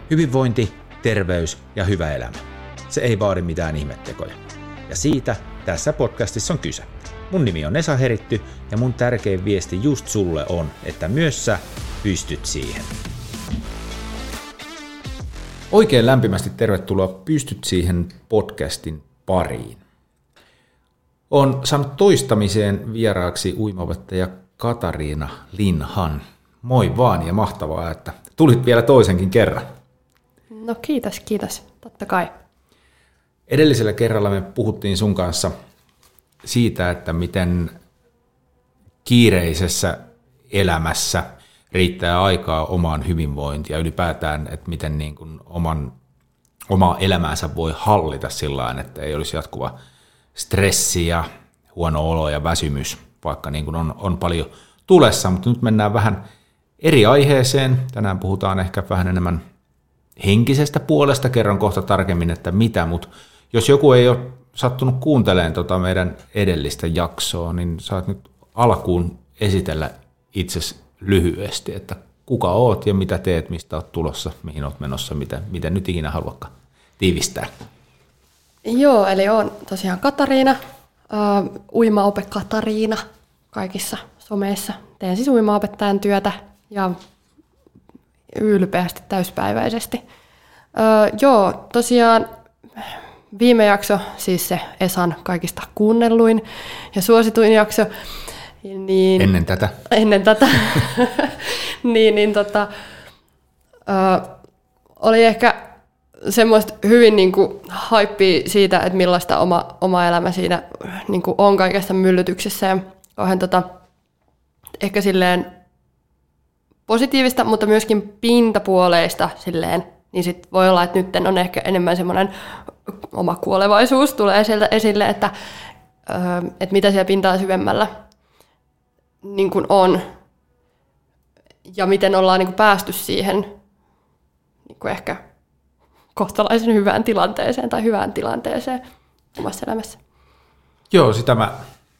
Hyvinvointi, terveys ja hyvä elämä. Se ei vaadi mitään ihmettekoja. Ja siitä tässä podcastissa on kyse. Mun nimi on Esa Heritty ja mun tärkein viesti just sulle on, että myös sä pystyt siihen. Oikein lämpimästi tervetuloa Pystyt siihen podcastin pariin. Olen saanut toistamiseen vieraaksi uimaopettaja Katariina Linhan. Moi vaan ja mahtavaa, että tulit vielä toisenkin kerran. No kiitos. Totta kai. Edellisellä kerralla me puhuttiin sun kanssa siitä, että miten kiireisessä elämässä riittää aikaa omaan hyvinvointiin ja ylipäätään, että miten niin kuin omaa elämäänsä voi hallita sillain, että ei olisi jatkuva stressi ja huono olo ja väsymys, vaikka niin kuin on paljon tulessa, mutta nyt mennään vähän eri aiheeseen. Tänään puhutaan ehkä vähän enemmän henkisestä puolesta, kerron kohta tarkemmin, että mitä, mutta jos joku ei ole sattunut kuuntelemaan meidän edellistä jaksoa, niin saat nyt alkuun esitellä itsesi lyhyesti, että kuka oot ja mitä teet, mistä oot tulossa, mihin oot menossa, miten nyt ikinä haluatkaan tiivistää. Joo, eli olen tosiaan Katariina, uimaope Katariina kaikissa someissa. Teen siis uimaopettajan työtä ja ylpeästi täyspäiväisesti. Joo, tosiaan viime jakso, siis se Esan kaikista kuunnelluin ja suosituin jakso. Niin, Ennen tätä. Oli ehkä semmoista hyvin niin kuin haippia siitä, että millaista oma elämä siinä niin kuin on kaikessa myllytyksessä. Ja onhan ehkä silleen positiivista, mutta myöskin pintapuoleista silleen, niin sit voi olla, että nyt on ehkä enemmän semmoinen oma kuolevaisuus tulee sieltä esille, että mitä siellä pintaa syvemmällä niin kuin on ja miten ollaan niin kuin päästy siihen niin kuin ehkä kohtalaisen hyvään tilanteeseen omassa elämässä. Joo, sitä mä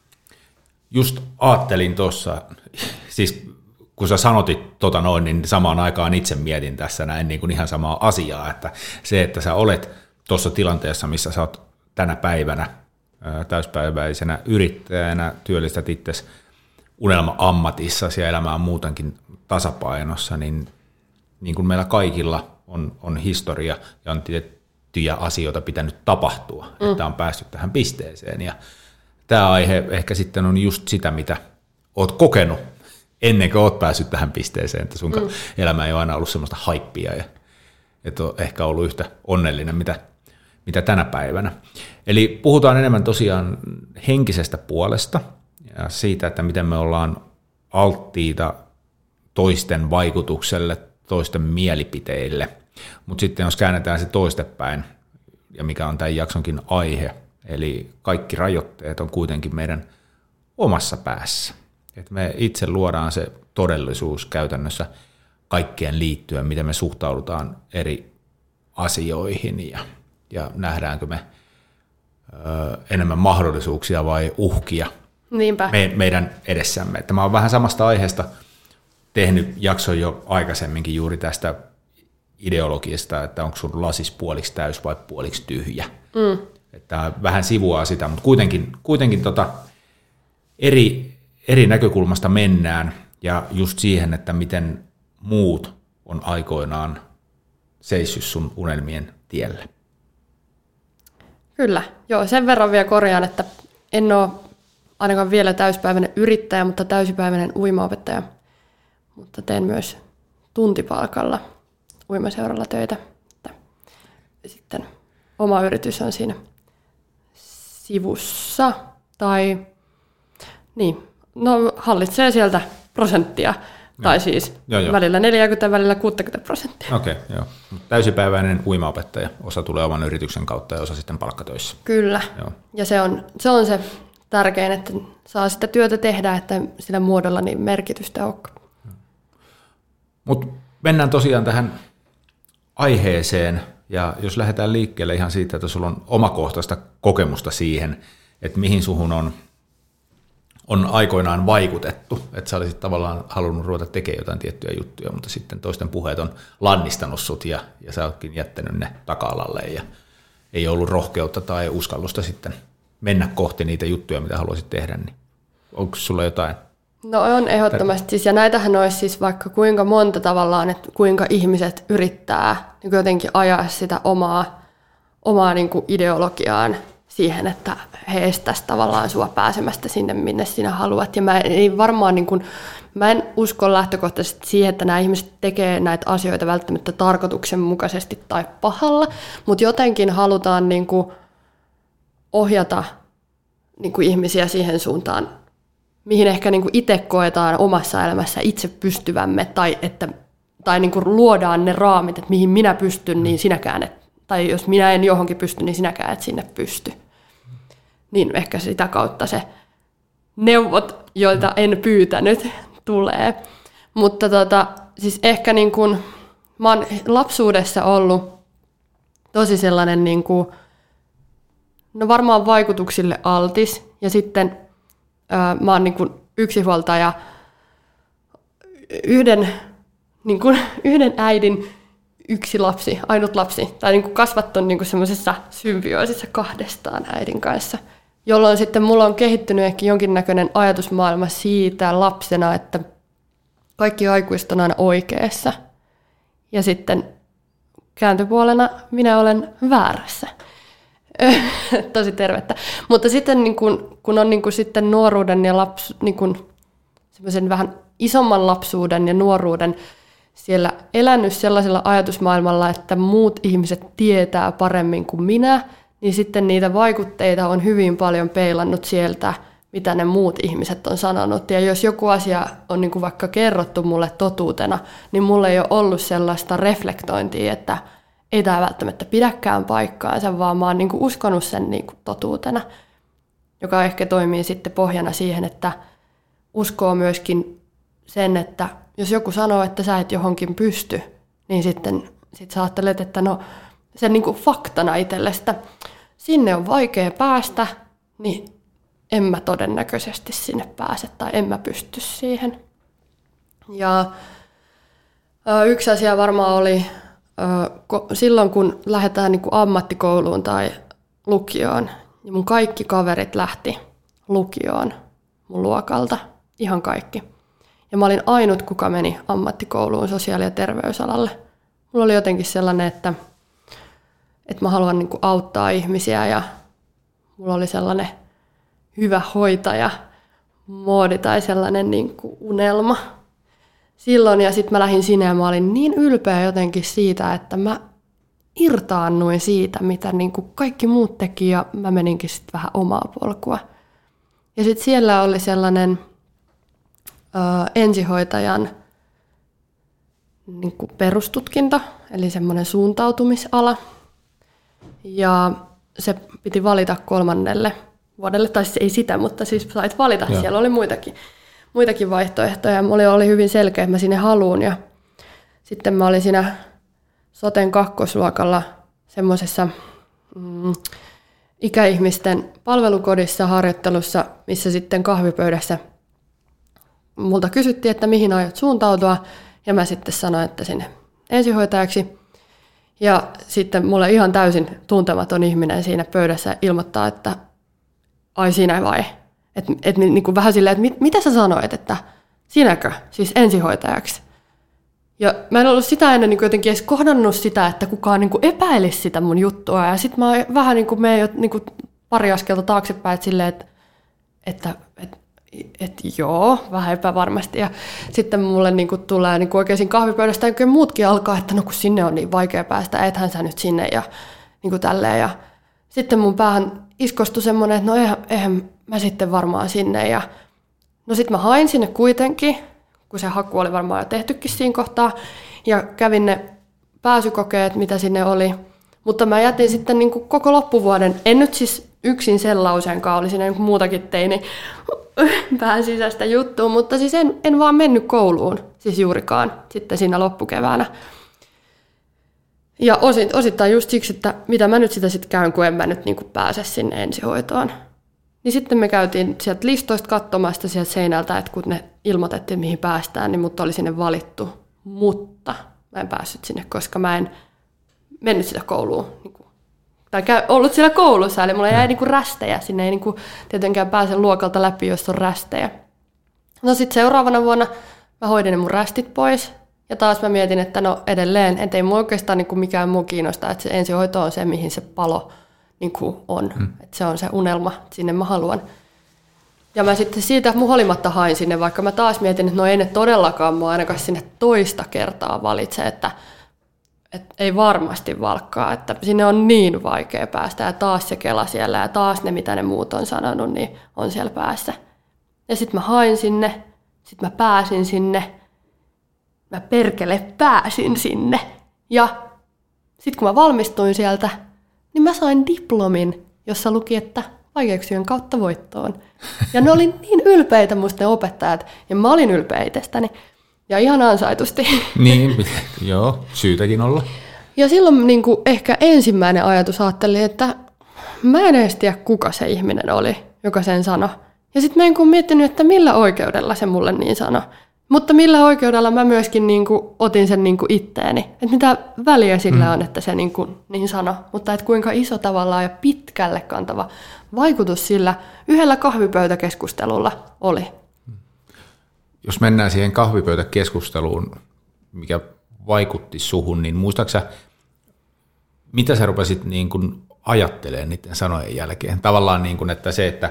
just ajattelin tuossa, siis kun sä sanotit niin samaan aikaan itse mietin tässä näin niin kuin ihan samaa asiaa, että se, että sä olet tuossa tilanteessa, missä sä oot tänä päivänä täyspäiväisenä yrittäjänä, työllistät itsesi unelma-ammatissasi ja elämä on muutenkin tasapainossa, niin kuin meillä kaikilla on historia ja on tiettyjä asioita pitänyt tapahtua, että on päästy tähän pisteeseen. Ja tämä aihe ehkä sitten on just sitä, mitä oot kokenut ennen kuin oot päässyt tähän pisteeseen, että sun elämä ei ole aina ollut semmoista haippia ja et ole ehkä ollut yhtä onnellinen, mitä tänä päivänä. Eli puhutaan enemmän tosiaan henkisestä puolesta ja siitä, että miten me ollaan alttiita toisten vaikutukselle, toisten mielipiteille. Mutta sitten jos käännetään se toistepäin, ja mikä on tämän jaksonkin aihe, eli kaikki rajoitteet on kuitenkin meidän omassa päässä. Et me itse luodaan se todellisuus käytännössä kaikkeen liittyen, miten me suhtaudutaan eri asioihin ja nähdäänkö me enemmän mahdollisuuksia vai uhkia meidän edessämme. Että mä oon vähän samasta aiheesta tehnyt jakson jo aikaisemminkin juuri tästä ideologiasta, että onko sun lasis puoliksi täys vai puoliksi tyhjä. Että vähän sivuaa sitä, mutta kuitenkin eri näkökulmasta mennään ja just siihen, että miten muut on aikoinaan seissyt sun unelmien tiellä. Kyllä, joo, sen verran vielä korjaan, että en ole ainakaan vielä täyspäiväinen yrittäjä, mutta täysipäiväinen uimaopettaja. Mutta teen myös tuntipalkalla uimaseuralla töitä. Sitten oma yritys on siinä sivussa tai hallitsee sieltä prosenttia. Tai siis välillä 40, välillä 60%. Okei, joo. Täysipäiväinen uimaopettaja. Osa tulee oman yrityksen kautta ja osa sitten palkkatöissä. Kyllä. Joo. Ja se on se tärkein, että saa sitä työtä tehdä, että sillä muodolla niin merkitystä on. Mutta mennään tosiaan tähän aiheeseen. Ja jos lähdetään liikkeelle ihan siitä, että sulla on omakohtaista kokemusta siihen, että mihin suhun on aikoinaan vaikutettu, että sä olisit tavallaan halunnut ruveta tekemään jotain tiettyjä juttuja, mutta sitten toisten puheet on lannistanut sut ja sä ootkin jättänyt ne taka-alalle ja ei ollut rohkeutta tai uskallusta sitten mennä kohti niitä juttuja, mitä haluaisit tehdä, niin onko sulla jotain? No on ehdottomasti, siis, ja näitähän olisi siis vaikka kuinka monta tavallaan, että kuinka ihmiset yrittää niin jotenkin ajaa sitä omaa niin kuin ideologiaan siihen, että he estäisivät tavallaan sua pääsemästä sinne, minne sinä haluat. Ja mä en usko lähtökohtaisesti siihen, että nämä ihmiset tekee näitä asioita välttämättä tarkoituksenmukaisesti tai pahalla, mutta jotenkin halutaan niin kuin ohjata niin kuin ihmisiä siihen suuntaan, mihin ehkä niin kuin itse koetaan omassa elämässä itse pystyvämme, tai niin kuin luodaan ne raamit, että mihin minä pystyn, niin sinäkään et. Tai jos minä en johonkin pysty, niin sinäkään et sinne pysty. Niin ehkä sitä kautta se neuvot, joita en pyytänyt, tulee. Mutta siis ehkä niin kuin, mä oon lapsuudessa ollut tosi sellainen, niin kuin, no varmaan vaikutuksille altis. Ja sitten mä oon niin kuin yksinhuoltaja yhden äidin yksi lapsi, ainut lapsi, tai niin kuin kasvattu niin kuin semmoisessa symbioosissa kahdestaan äidin kanssa, jolloin sitten mulla on kehittynyt ehkä jonkinnäköinen ajatusmaailma siitä lapsena, että kaikki aikuiset on aina oikeassa. Ja sitten kääntöpuolena minä olen väärässä. Tosi tervettä. Mutta sitten niin kun on niin kun sitten nuoruuden ja niin semmoisen vähän isomman lapsuuden ja nuoruuden siellä elänyt sellaisella ajatusmaailmalla, että muut ihmiset tietää paremmin kuin minä, niin sitten niitä vaikutteita on hyvin paljon peilannut sieltä, mitä ne muut ihmiset on sanonut. Ja jos joku asia on niin kuin vaikka kerrottu mulle totuutena, niin mulla ei ole ollut sellaista reflektointia, että ei tämä välttämättä pidäkään paikkaansa, vaan mä oon niin kuin uskonut sen niin kuin totuutena, joka ehkä toimii sitten pohjana siihen, että uskoo myöskin sen, että jos joku sanoo, että sä et johonkin pysty, niin sitten sä ajattelet, että no sen niin kuin faktana itsellestä, sinne on vaikea päästä, niin en mä todennäköisesti sinne pääse tai en mä pysty siihen. Ja yksi asia varmaan oli silloin, kun lähdetään niin kuin ammattikouluun tai lukioon, niin mun kaikki kaverit lähti lukioon mun luokalta, ihan kaikki. Ja mä olin ainut, kuka meni ammattikouluun sosiaali- ja terveysalalle. Mulla oli jotenkin sellainen, että mä haluan niin kuin auttaa ihmisiä ja mulla oli sellainen hyvä hoitaja moodi tai sellainen niin kuin unelma silloin. Ja sitten mä lähdin sinne ja mä olin niin ylpeä jotenkin siitä, että mä irtaannuin siitä, mitä niin kuin kaikki muut teki ja mä meninkin sitten vähän omaa polkua. Ja sitten siellä oli sellainen ensihoitajan niin kuin perustutkinto, eli semmoinen suuntautumisala. Ja se piti valita 3. vuodelle, tai siis ei sitä, mutta siis sait valita. Joo. Siellä oli muitakin vaihtoehtoja, ja mulla oli hyvin selkeä, että mä sinne haluun. Ja sitten mä olin siinä soten kakkosluokalla semmoisessa ikäihmisten palvelukodissa harjoittelussa, missä sitten kahvipöydässä multa kysyttiin, että mihin aiot suuntautua, ja mä sitten sanoin, että sinne ensihoitajaksi. Ja sitten mulle ihan täysin tuntematon ihminen siinä pöydässä ilmoittaa, että ai sinä vai? Että niin kuin vähän silleen, että mitä sä sanoit, että sinäkö, siis ensihoitajaksi? Ja mä en ollut sitä ennen niin kuin jotenkin edes kohdannut sitä, että kukaan niin kuin epäilisi sitä mun juttua. Ja sitten mä vähän niin kuin menen niin kuin pari askelta taaksepäin, että silleen, että joo, vähän epävarmasti. Ja sitten mulle niin kuin tulee niin kuin oikein siinä kahvipöydästä, ja muutkin alkaa, että no kun sinne on niin vaikea päästä, ethän sä nyt sinne ja niin kuin tälleen. Ja sitten mun päähän iskostui semmoinen, että no eihän mä sitten varmaan sinne. Ja no sitten mä hain sinne kuitenkin, kun se haku oli varmaan jo tehtykin siinä kohtaa, ja kävin ne pääsykokeet, mitä sinne oli. Mutta mä jätin sitten niin kuin koko loppuvuoden, en nyt siis yksin sen lauseenkaan, oli siinä niin kuin muutakin teini pään sisäistä juttua, mutta siis en vaan mennyt kouluun, siis juurikaan sitten siinä loppukeväänä. Ja osittain just siksi, että mitä mä nyt sitä sitten käyn, kun en mä nyt niin kuin pääse sinne ensihoitoon. Niin sitten me käytiin sieltä listoista katsomasta sieltä seinältä, että kun ne ilmoitettiin, mihin päästään, niin mut oli sinne valittu. Mutta mä en päässyt sinne, koska mä en mennyt sitä kouluun. Tai ollut siellä koulussa, eli mulla jäi rästejä. Sinne ei tietenkään pääse luokalta läpi, jos on rästejä. No sitten seuraavana vuonna mä hoidin ne mun rästit pois. Ja taas mä mietin, että no edelleen, ettei mua oikeastaan mikään muu kiinnostaa, että se ensihoito on se, mihin se palo on. Että se on se unelma, että sinne mä haluan. Ja mä sitten siitä huolimatta hain sinne, vaikka mä taas mietin, että no ei ne todellakaan mua ainakaan sinne toista kertaa valitse, että ei varmasti valkkaa, että sinne on niin vaikea päästä ja taas se Kela siellä ja taas ne, mitä ne muut on sanonut, niin on siellä päässä. Ja sitten mä hain sinne, sitten mä pääsin sinne, mä pääsin sinne ja sitten kun mä valmistuin sieltä, niin mä sain diplomin, jossa luki, että vaikeuksien kautta voittoon. Ja ne oli niin ylpeitä musta ne opettajat, ja mä olin ylpeä itsestäni. Ja ihan ansaitusti. Niin, joo, syytäkin olla. Ja silloin ehkä ensimmäinen ajatus ajattelin, että mä en edes tiedä, kuka se ihminen oli, joka sen sanoi. Ja sitten mä en miettinyt, että millä oikeudella se mulle niin sanoi. Mutta millä oikeudella mä myöskin otin sen itteeni. Että mitä väliä sillä on, että se niin sanoi. Mutta että kuinka iso tavallaan ja pitkälle kantava vaikutus sillä yhdellä kahvipöytäkeskustelulla oli. Jos mennään siihen kahvipöytäkeskusteluun, mikä vaikutti suhun, niin muistaaksä, mitä sä rupesit ajattelemaan niiden sanojen jälkeen? Tavallaan, että se, että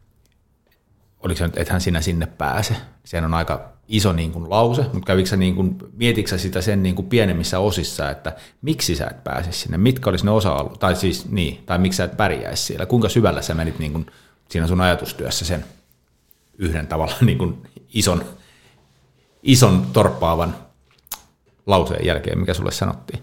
oliko se nyt, ethän sinä sinne pääse. Sehän on aika iso lause, mutta mietitkö sä sitä sen pienemmissä osissa, että miksi sä et pääse sinne, mitkä olisi ne osa-alueet, tai miksi sä et pärjäisi siellä, kuinka syvällä sä menit siinä sun ajatustyössä sen yhden tavalla ison torppaavan lauseen jälkeen, mikä sulle sanottiin?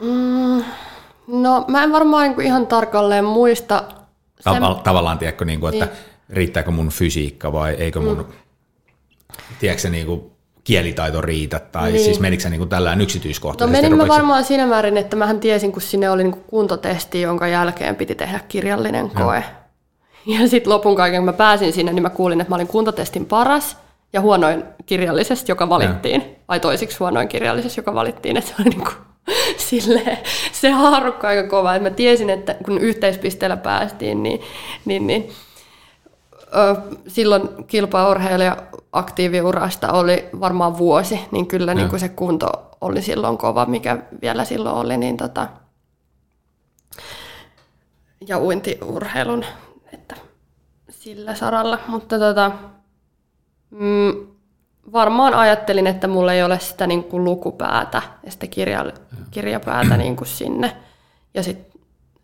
No mä en varmaan ihan tarkalleen muista. Tavallaan, tiedätkö, että riittääkö mun fysiikka vai eikö mun, tiedätkö se kielitaito riitä, tai siis menikö se tällään yksityiskohtaisesti? No menin mä varmaan siinä määrin, että mähän tiesin, kun sinne oli kuntotesti, jonka jälkeen piti tehdä kirjallinen koe. Ja sitten lopun kaiken, kun mä pääsin sinne, niin mä kuulin, että mä olin kuntotestin paras ja huonoin kirjallisesta, joka valittiin. Vai toisiksi huonoin kirjallisesta, joka valittiin. Että se oli silleen, se haarukka aika kova. Et mä tiesin, että kun yhteispisteellä päästiin, niin silloin kilpaurheilija aktiiviurasta oli varmaan vuosi, niin kyllä se kunto oli silloin kova, mikä vielä silloin oli. Ja uintiurheilun, että sillä saralla. Mutta varmaan ajattelin, että mulla ei ole sitä lukupäätä ja sitä kirjapäätä sinne. Ja sitten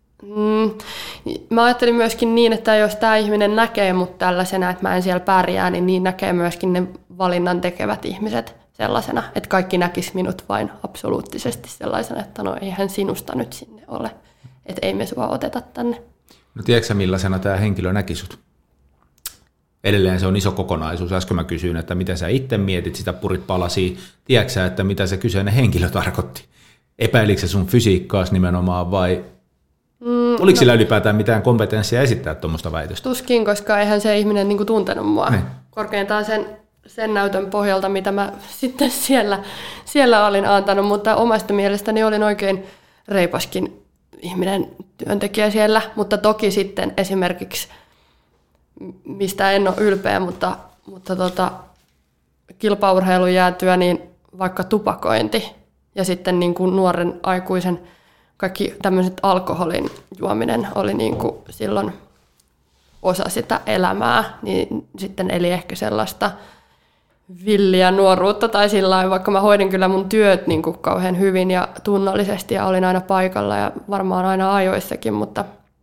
mä ajattelin myöskin niin, että jos tämä ihminen näkee mut tällaisena, että mä en siellä pärjää, niin näkee myöskin ne valinnan tekevät ihmiset sellaisena, että kaikki näkis minut vain absoluuttisesti sellaisena, että no eihän sinusta nyt sinne ole, että ei me sua oteta tänne. No tiedätkö millaisena tämä henkilö näki sut? Edelleen se on iso kokonaisuus. Äsken mä kysyin, että mitä sä itse mietit, sitä purit palasiin. Tiedätkö sä, että mitä se kyseinen henkilö tarkoitti? Epäilikö se sun fysiikkaas nimenomaan vai oliko sillä ylipäätään mitään kompetenssia esittää tuommoista väitöstä? Tuskin, koska eihän se ihminen tuntenut mua. Ne. Korkeintaan sen näytön pohjalta, mitä mä sitten siellä olin antanut, mutta omasta mielestäni olin oikein reipaskin ihminen, työntekijä siellä, mutta toki sitten esimerkiksi, mistä en ole ylpeä, mutta kilpaurheilun jäätyä, niin vaikka tupakointi ja sitten nuoren aikuisen kaikki tämmöiset alkoholin juominen oli silloin osa sitä elämää, niin sitten eli ehkä sellaista villiä nuoruutta tai sillä vaikka mä hoidin kyllä mun työt kauhean hyvin ja tunnollisesti ja olin aina paikalla ja varmaan aina ajoissakin, mutta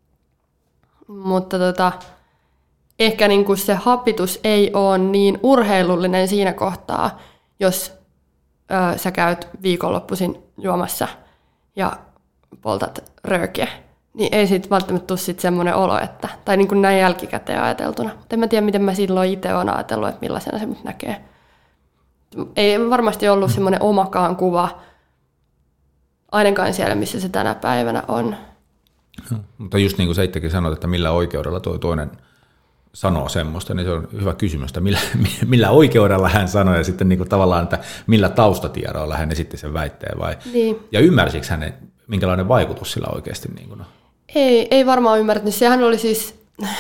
ehkä se hapitus ei ole niin urheilullinen siinä kohtaa, jos sä käyt viikonloppuisin juomassa ja poltat röökiä, niin ei siitä välttämättä tule semmoinen olo, että, tai näin jälkikäteen ajateltuna. Mutta en mä tiedä, miten mä silloin itse olen ajatellut, että millaisena se mut näkee. Ei varmasti ollut semmoinen omakaan kuva, ainakaan siellä, missä se tänä päivänä on. Mutta just niin kuin sä itsekin sanoit, että millä oikeudella tuo toinen sanoo semmoista, niin se on hyvä kysymys, että millä oikeudella hän sanoi ja sitten niin kuin tavallaan, että millä taustatiedoilla hän esitti sen väitteen vai, Niin. ja ymmärsikö hän, minkälainen vaikutus sillä oikeasti niin kuin on? Ei varmaan ymmärtänyt. Sehän oli siis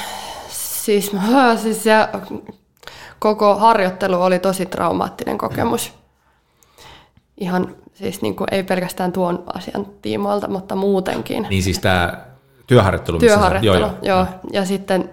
se koko harjoittelu oli tosi traumaattinen kokemus. Ihan siis niin kuin, ei pelkästään tuon asian tiimoilta, mutta muutenkin. Niin siis tämä työharjoittelu? Työharjoittelu, joo. Ja sitten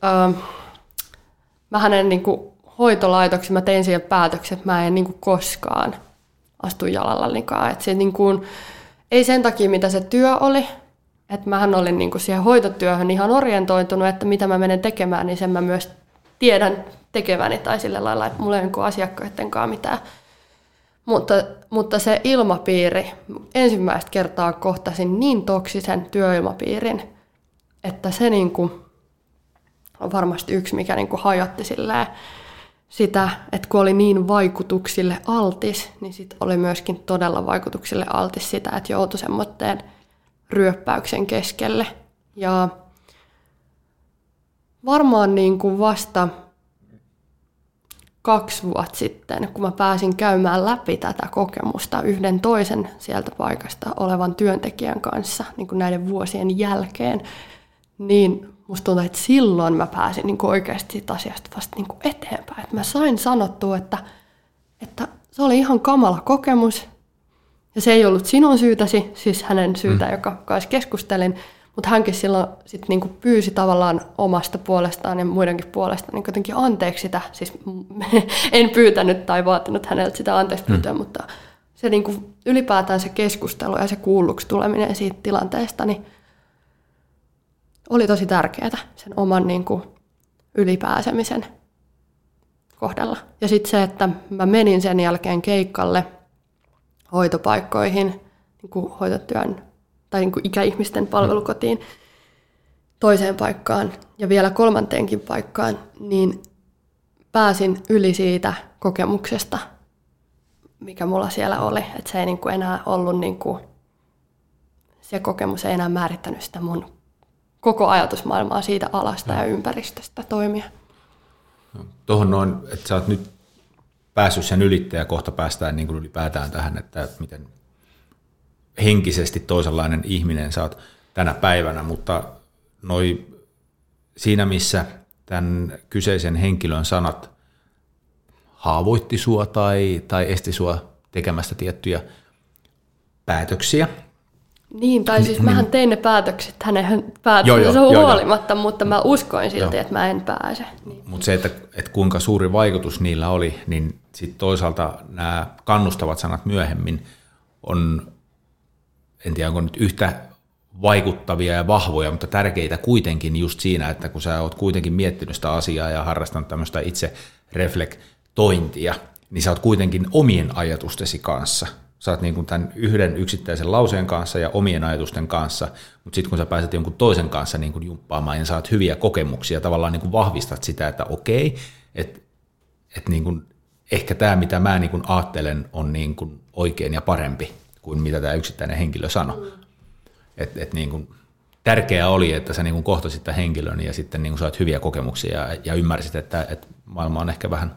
mä hänen niin kuin hoitolaitoksi, mä tein siihen päätöksen, että mä en niin kuin koskaan astu jalallanikaan. Että se niin kuin, ei sen takia, mitä se työ oli, että mähän olin niin kuin siihen hoitotyöhön ihan orientoitunut, että mitä mä menen tekemään, niin sen mä myös tiedän tekeväni tai sillä lailla, että mulla ei ole asiakkaidenkaan mitään. Mutta se ilmapiiri, ensimmäistä kertaa kohtasin niin toksisen työilmapiirin, että se niin kuin on varmasti yksi, mikä niin kuin hajotti sitä, että kun oli niin vaikutuksille altis, niin sitten oli myöskin todella vaikutuksille altis sitä, että joutui semmoitteen ryöppäyksen keskelle. Ja varmaan niin kuin vasta 2 vuotta sitten, kun mä pääsin käymään läpi tätä kokemusta yhden toisen sieltä paikasta olevan työntekijän kanssa niin kuin näiden vuosien jälkeen, niin musta tuntuu, että silloin mä pääsin niin kuin oikeasti siitä asiasta vasta niin kuin eteenpäin. Että mä sain sanottua, että se oli ihan kamala kokemus, ja se ei ollut sinun syytäsi, siis hänen syytä, joka kanssa keskustelin, mutta hänkin silloin sit niinku pyysi tavallaan omasta puolestaan ja muidenkin puolesta niin jotenkin anteeksi sitä. Siis en pyytänyt tai vaatinut häneltä sitä anteeksi pyytöä, mutta se niinku ylipäätään se keskustelu ja se kuulluksi tuleminen siitä tilanteesta niin oli tosi tärkeää sen oman niinku ylipääsemisen kohdalla. Ja sitten se, että mä menin sen jälkeen keikalle hoitopaikkoihin, niin kuin hoitotyön tai niin kuin ikäihmisten palvelukotiin toiseen paikkaan ja vielä 3. paikkaan, niin pääsin yli siitä kokemuksesta, mikä mulla siellä oli. Että se ei niin kuin enää ollut, niin kuin, se kokemus ei enää määrittänyt sitä mun koko ajatusmaailmaa siitä alasta ja ympäristöstä toimia. Tuohon noin, että sä oot nyt päässyt sen ylittäjä ja kohta päästään niin kuin ylipäätään tähän, että miten henkisesti toisenlainen ihminen sä oot tänä päivänä, mutta siinä missä tämän kyseisen henkilön sanat haavoitti sua tai esti sua tekemästä tiettyjä päätöksiä. Niin, tai siis mähän tein ne päätökset hänen päätöksensä huolimatta, mutta mä uskoin silti, että mä en pääse. Niin. Mutta se, että kuinka suuri vaikutus niillä oli, niin sitten toisaalta nämä kannustavat sanat myöhemmin on, en tiedä onko nyt yhtä vaikuttavia ja vahvoja, mutta tärkeitä kuitenkin just siinä, että kun sä oot kuitenkin miettinyt sitä asiaa ja harrastanut tämmöistä itse reflektointia, niin sä oot kuitenkin omien ajatustesi kanssa. Sä oot niin kuin tämän yhden yksittäisen lauseen kanssa ja omien ajatusten kanssa, mutta sitten kun sä pääset jonkun toisen kanssa niin kuin jumppaamaan ja saat hyviä kokemuksia, tavallaan niin kuin vahvistat sitä, että okei, että niin kuin ehkä tämä, mitä mä niin kuin ajattelen, on niin kuin oikein ja parempi kuin mitä tämä yksittäinen henkilö sanoi. Niin kuin tärkeää oli, että sä niin kuin kohtasit tämän henkilön ja sitten niin kuin saat hyviä kokemuksia ja ymmärsit, että maailma on ehkä vähän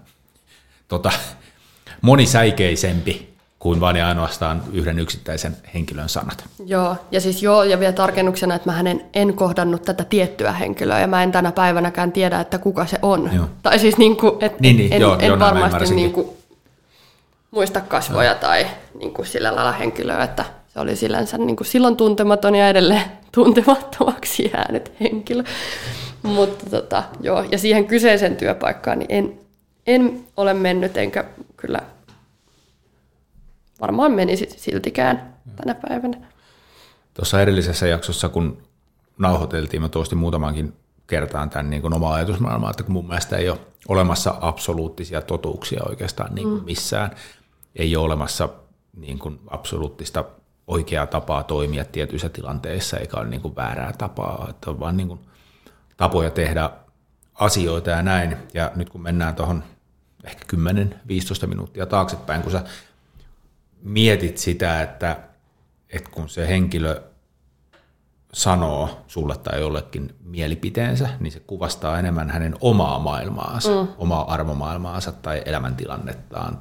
monisäikeisempi kuin vain ja ainoastaan yhden yksittäisen henkilön sanat. Joo, ja vielä tarkennuksena, että mä en kohdannut tätä tiettyä henkilöä, ja mä en tänä päivänäkään tiedä, että kuka se on. Joo. Tai siis en varmasti niin kuin muista kasvoja tai niin kuin sillä lailla henkilöä, että se oli sillänsä niin kuin silloin tuntematon ja edelleen tuntemattomaksi jäänyt henkilö. Mutta joo, ja siihen kyseisen työpaikkaan niin en ole mennyt, enkä kyllä varmaan menisi siltikään tänä päivänä. Tuossa edellisessä jaksossa, kun nauhoiteltiin, mä toistin muutamankin kertaan tämän niin kuin omaa ajatusmaailmaa, että kun mun mielestä ei ole olemassa absoluuttisia totuuksia oikeastaan niin kuin missään. Ei ole olemassa niin kuin absoluuttista oikeaa tapaa toimia tietyissä tilanteissa, eikä ole niin kuin väärää tapaa, että on vaan niin kuin tapoja tehdä asioita ja näin. Ja nyt kun mennään tuohon ehkä 10-15 minuuttia taaksepäin, kun sä mietit sitä, että kun se henkilö sanoo sulle tai jollekin mielipiteensä, niin se kuvastaa enemmän hänen omaa maailmaansa, omaa arvomaailmaansa tai elämäntilannettaan.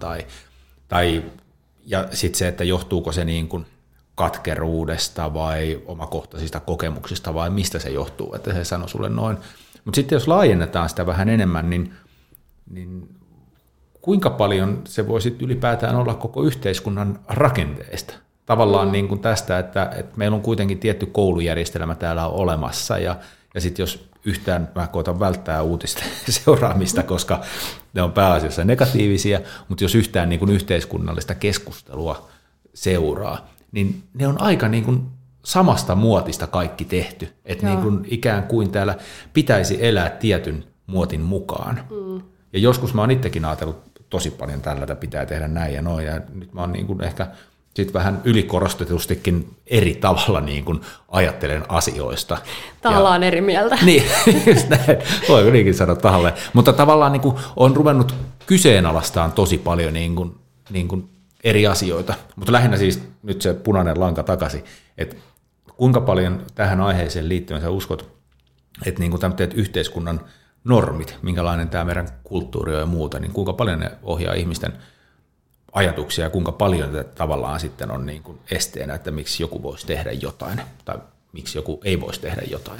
Ja sitten se, että johtuuko se niin kuin katkeruudesta vai omakohtaisista kokemuksista vai mistä se johtuu, että se sanoo sulle noin. Mutta sitten jos laajennetaan sitä vähän enemmän, niin kuinka paljon se voisi ylipäätään olla koko yhteiskunnan rakenteesta? Tavallaan niin kuin tästä, että meillä on kuitenkin tietty koulujärjestelmä täällä on olemassa, ja sitten jos yhtään mä koitan välttää uutisten seuraamista, koska ne on pääasiassa negatiivisia, mutta jos yhtään niin kuin yhteiskunnallista keskustelua seuraa, niin ne on aika niin kuin samasta muotista kaikki tehty, että niin kuin ikään kuin täällä pitäisi elää tietyn muotin mukaan. Ja joskus mä oon itsekin ajatellut tosi paljon tällä, että pitää tehdä näin ja noin, ja nyt mä oon niin kuin ehkä sitten vähän ylikorostetustikin eri tavalla niin kuin ajattelen asioista. Tahallaan eri mieltä. Niin, just näin. Voi ylikin sanoa tahalleen. Mutta tavallaan niin kuin on ruvennut kyseenalaistaan tosi paljon niin kuin eri asioita. Mutta lähinnä siis nyt se punainen lanka takaisin, että kuinka paljon tähän aiheeseen liittyen sä uskot, että niin kuin tämmöiset yhteiskunnan normit, minkälainen tämä meidän kulttuuri on ja muuta, niin kuinka paljon ne ohjaa ihmisten ajatuksia ja kuinka paljon tavallaan sitten on niin kuin esteenä, että miksi joku voisi tehdä jotain tai miksi joku ei voisi tehdä jotain?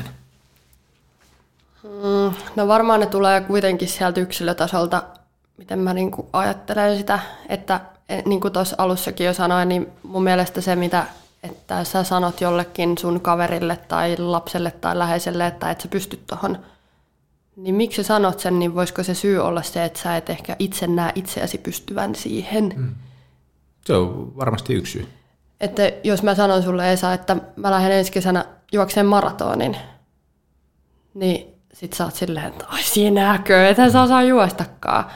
No varmaan ne tulee kuitenkin sieltä yksilötasolta, miten mä niin kuin ajattelen sitä, että niin kuin tuossa alussakin jo sanoin, niin mun mielestä se, että sä sanot jollekin sun kaverille tai lapselle tai läheiselle, että et sä pysty tohon, niin miksi sä sanot sen, niin voisiko se syy olla se, että sä et ehkä itse näe itseäsi pystyvän siihen? Se on varmasti yksi syy. Että jos mä sanon sulle, Esa, että mä lähden ensi kesänä juokseen maratonin, niin sit sä oot silleen, että ai sinäkö, ethän sä osaa juostakaan.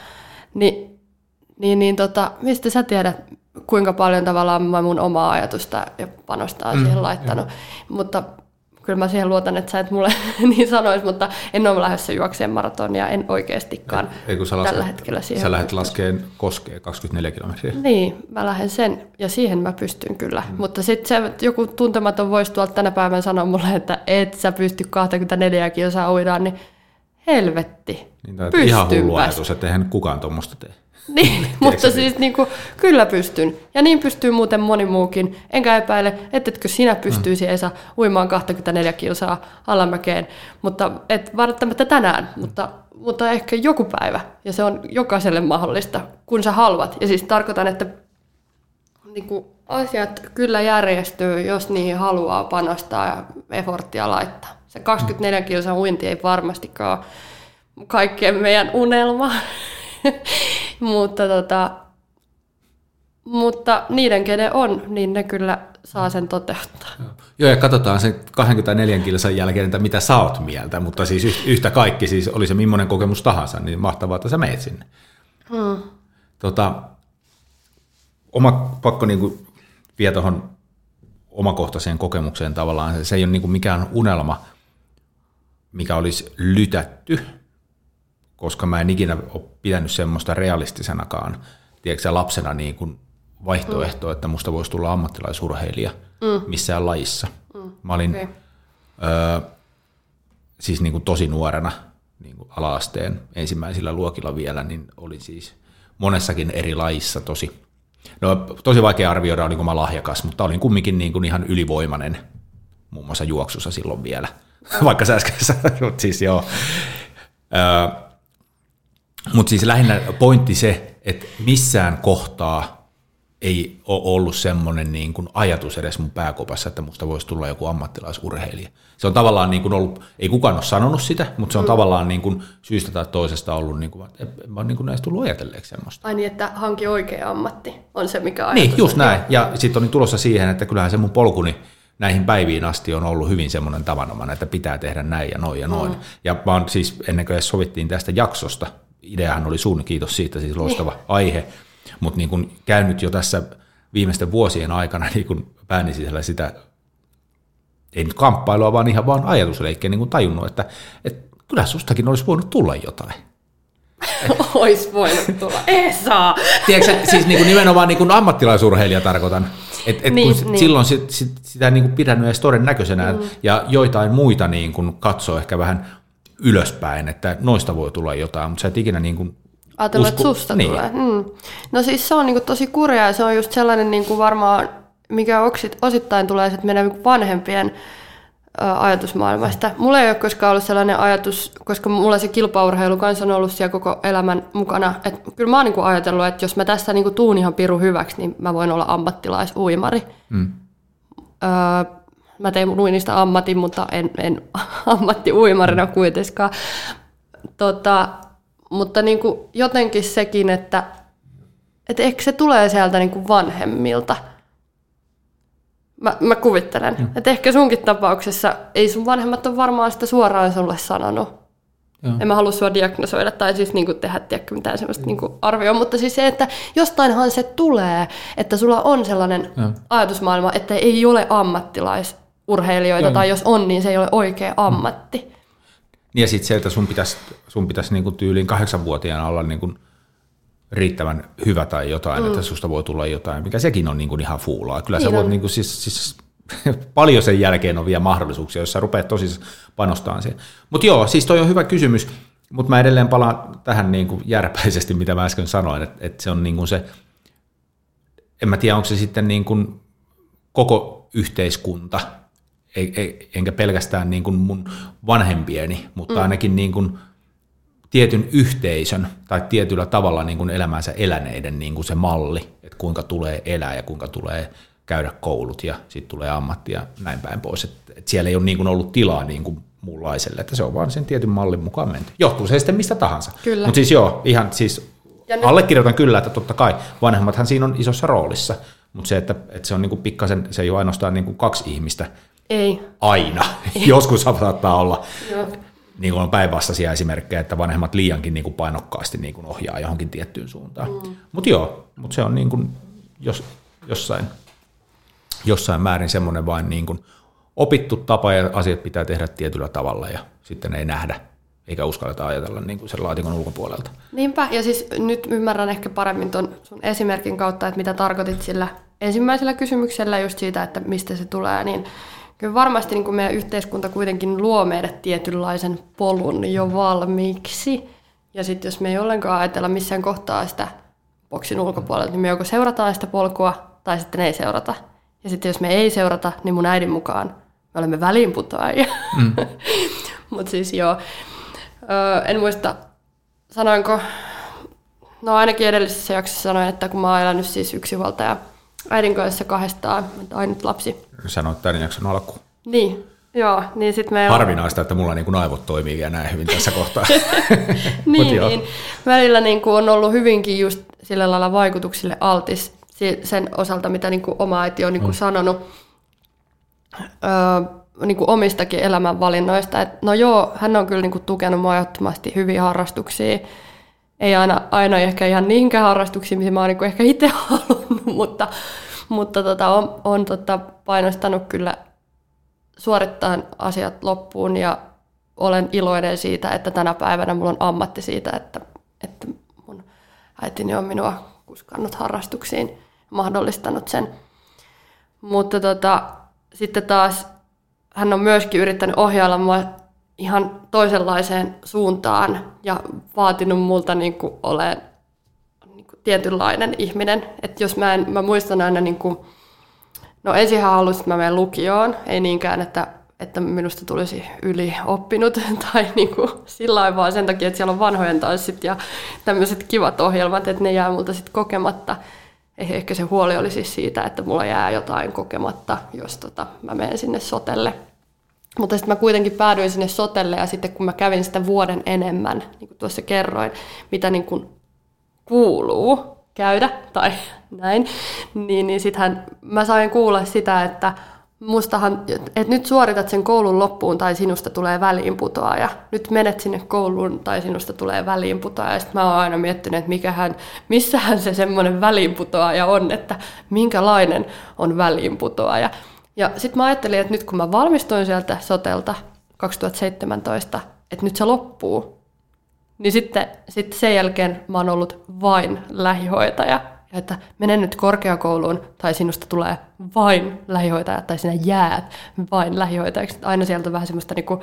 Mistä sä tiedät, kuinka paljon tavallaan mä mun omaa ajatusta ja panostaa siihen laittanut. Mutta kyllä mä siihen luotan, että sä et mulle niin sanois, mutta en ole lähdössä juokseen maratonia, en oikeastikaan tällä hetkellä siihen. Sä lähdet laskeen Koskeen 24 kilometriä. Niin, mä lähden sen ja siihen mä pystyn kyllä. Mutta sitten joku tuntematon voisi tuolta tänä päivänä sanoa mulle, että et sä pysty 24 kilsaa uidaan, niin helvetti, niin, ihan hullu ajatus, että eihän kukaan tuommoista tee. Niin, mutta siis niin kuin, kyllä pystyn. Ja niin pystyy muuten moni muukin. Enkä epäile, ettetkö sinä pystyisi, Esa, uimaan 24 kilsaa alamäkeen. Mutta et välttämättä tänään, mutta ehkä joku päivä. Ja se on jokaiselle mahdollista, kun sä haluat. Ja siis tarkoitan, että niin kuin, asiat kyllä järjestyy, jos niihin haluaa panostaa ja efforttia laittaa. Se 24 kilsan uinti ei varmastikaan kaikkien meidän unelma. Mutta niiden, kenen on, niin ne kyllä saa sen toteuttaa. Joo, ja katsotaan sen 24 kilsan jälkeen, että mitä sä oot mieltä, mutta siis yhtä kaikki, siis oli se millainen kokemus tahansa, niin mahtavaa, että sä meet sinne. Oma pakko niin kuin vie tuohon omakohtaiseen kokemukseen tavallaan, se ei ole niin kuin mikään unelma, mikä olisi lytätty, koska mä en ikinä ole pitänyt semmoista realistisenakaan, tiedätkö lapsena niin kuin vaihtoehtoa, että musta voisi tulla ammattilaisurheilija missään lajissa. Mä olin siis niin kuin tosi nuorena, niin kuin ala-asteen ensimmäisillä luokilla vielä, niin olin siis monessakin eri lajissa tosi vaikea arvioida, olinko mä lahjakas, mutta olin kumminkin niin kuin ihan ylivoimainen, muun muassa juoksussa silloin vielä, vaikka sä äsken sanoit, siis joo. Mutta siis lähinnä pointti se, että missään kohtaa ei ole ollut semmoinen niin kuin ajatus edes mun pääkopassa, että musta voisi tulla joku ammattilaisurheilija. Se on tavallaan niin kuin ollut, ei kukaan ole sanonut sitä, mutta se on tavallaan niin kuin syystä tai toisesta ollut, niin kuin, että mä oon niin kuin näistä tullut ajatelleeksi semmoista. Ai niin, että hanki oikea ammatti on se, mikä ajatus. Niin, just näin. Ja sitten olin tulossa siihen, että kyllähän se mun polkuni näihin päiviin asti on ollut hyvin semmoinen tavanomainen, että pitää tehdä näin ja noin ja noin. Ja mä oon siis, ennen kuin edes sovittiin tästä jaksosta, ideahan oli sun, kiitos siitä, siis loistava aihe, mutta niin kun käynyt jo tässä viimeisten vuosien aikana niin kun pääni sisällä sitä, ei nyt kamppailua, vaan ihan vaan ajatusleikkeen niin kun tajunnut, että kyllä sustakin olisi voinut tulla jotain. Olisi voinut tulla. Esa! Tiedätkö, siis niin kuin nimenomaan niin kuin ammattilaisurheilija tarkoitan. Silloin sitä ei niin kuin pidänyt edes todennäköisenä, ja joitain muita niin kuin katsoo ehkä vähän ylöspäin, että noista voi tulla jotain, mutta sä et ikinä niin kuin ajatellut, että susta tulee. No siis se on niin kuin tosi kurjaa, ja se on just sellainen niin kuin varmaan, mikä osittain tulee sitten meidän vanhempien ajatusmaailmasta. Mulla ei ole koskaan ollut sellainen ajatus, koska mulla se kilpaurheilu kanssa on ollut siellä koko elämän mukana. Et kyllä mä oon niinku ajatellut, että jos mä tässä niinku tuun ihan pirun hyväksi, niin mä voin olla ammattilaisuimari. Mä tein uinnista ammatin, mutta en ammattiuimarina kuitenkaan. Mutta niinku jotenkin sekin, että ehkä se tulee sieltä niinku vanhemmilta. Mä kuvittelen, että ehkä sunkin tapauksessa ei sun vanhemmat ole varmaan sitä suoraan sulle sanonut. Joo. En mä halua sua diagnosoida tai siis niinku tehdä mitään sellaista niinku arvioa, mutta siis se, että jostainhan se tulee, että sulla on sellainen ajatusmaailma, että ei ole ammattilaisurheilijoita tai jos on, niin se ei ole oikea ammatti. Ja sitten se, että sun pitäisi niinku tyyliin 8-vuotiaana olla niinku riittävän hyvä tai jotain, että susta voi tulla jotain, mikä sekin on niin kuin ihan fuulaa. Kyllä niin sä voit niin kuin siis paljon sen jälkeen on vielä mahdollisuuksia, jos sä rupeat tosissaan panostamaan siihen. Mutta joo, siis toi on hyvä kysymys, mutta mä edelleen palaan tähän niin kuin järpäisesti, mitä mä äsken sanoin, että se on niin kuin se, en mä tiedä, onko se sitten niin kuin koko yhteiskunta, enkä pelkästään niin kuin mun vanhempieni, mutta ainakin niin kuin tietyn yhteisön tai tietyllä tavalla niin kuin elämänsä eläneiden niin kuin se malli, että kuinka tulee elää ja kuinka tulee käydä koulut ja sitten tulee ammatti ja näin päin pois. Että siellä ei ole niin kuin ollut tilaa niin kuin muunlaiselle, että se on vaan sen tietyn mallin mukaan menty. Johtuu se sitten mistä tahansa. Mutta siis joo, ihan siis allekirjoitan kyllä, että totta kai vanhemmathan siinä on isossa roolissa, mutta se, että se on niin kuin pikkasen, se ei ole ainoastaan niin kuin 2 ihmistä aina. Joskus saattaa olla. Niin kuin on päinvastaisia esimerkkejä, että vanhemmat liiankin niin kuin painokkaasti niin kuin ohjaa johonkin tiettyyn suuntaan. Mutta se on niin kuin jossain määrin semmoinen vain niin kuin opittu tapa ja asiat pitää tehdä tietyllä tavalla ja sitten ei nähdä eikä uskalleta ajatella niin kuin sen laatikon ulkopuolelta. Niinpä, ja siis nyt ymmärrän ehkä paremmin ton sun esimerkin kautta, että mitä tarkoitit sillä ensimmäisellä kysymyksellä just siitä, että mistä se tulee, niin kyllä varmasti niin kuin meidän yhteiskunta kuitenkin luo meidät tietynlaisen polun jo valmiiksi. Ja sitten jos me ei ollenkaan ajatella missään kohtaa sitä boksin ulkopuolelta, niin me joko seurataan sitä polkua tai sitten ei seurata. Ja sitten jos me ei seurata, niin mun äidin mukaan me olemme väliinputoajia. Mutta siis joo, en muista, sanoinko, no ainakin edellisessä jaksossa sanoin, että kun mä oon elänyt siis yksinhuoltaja äidin kanssa 2 ainut lapsi. Sanoit tämän jakson alkuun. Niin, joo. Niin sit meillä harvinaista, että mulla niin kuin aivot toimii vielä näin hyvin tässä kohtaa. niin. Välillä niin kuin on ollut hyvinkin just sillä lailla vaikutuksille altis sen osalta, mitä niin kuin oma äiti on niin kuin sanonut niin kuin omistakin elämänvalinnoista. Et no joo, hän on kyllä niin kuin tukenut mua ehdottomasti hyviä harrastuksia. Ei aina ehkä ihan niinkään harrastuksia, missä mä oon niin ehkä itse halunnut, mutta on painostanut kyllä suorittaa asiat loppuun ja olen iloinen siitä, että tänä päivänä mulla on ammatti siitä, että mun äitini on minua kuskannut harrastuksiin, mahdollistanut sen. Mutta sitten taas hän on myöskin yrittänyt ohjailla mua ihan toisenlaiseen suuntaan ja vaatinut multa niin kuin olen niin kuin tietynlainen ihminen. Että jos mä muistan aina, niin kuin, no ensinhän halusin, että mä menen lukioon, ei niinkään, että minusta tulisi ylioppinut tai niin kuin sillä lailla, vaan sen takia, että siellä on vanhojen tanssit ja tämmöiset kivat ohjelmat, että ne jää multa sitten kokematta. Ehkä se huoli oli siis siitä, että mulla jää jotain kokematta, jos mä menen sinne sotelle. Mutta sitten mä kuitenkin päädyin sinne sotelle ja sitten kun mä kävin sitä vuoden enemmän, niin kuin tuossa kerroin, mitä niin kuin kuuluu käydä tai näin, niin sittenhän mä sain kuulla sitä, että nyt suoritat sen koulun loppuun tai sinusta tulee väliinputoaja. Nyt menet sinne kouluun tai sinusta tulee väliinputoaja. Ja sitten mä oon aina miettinyt, että missähän se semmoinen väliinputoaja on, että minkälainen on väliinputoaja. Ja sitten mä ajattelin, että nyt kun mä valmistuin sieltä sotelta 2017, että nyt se loppuu, niin sitten sen jälkeen mä oon ollut vain lähihoitaja. Ja että mene nyt korkeakouluun tai sinusta tulee vain lähihoitaja tai sinä jäät vain lähihoitajaksi. Aina sieltä on vähän semmoista niinku,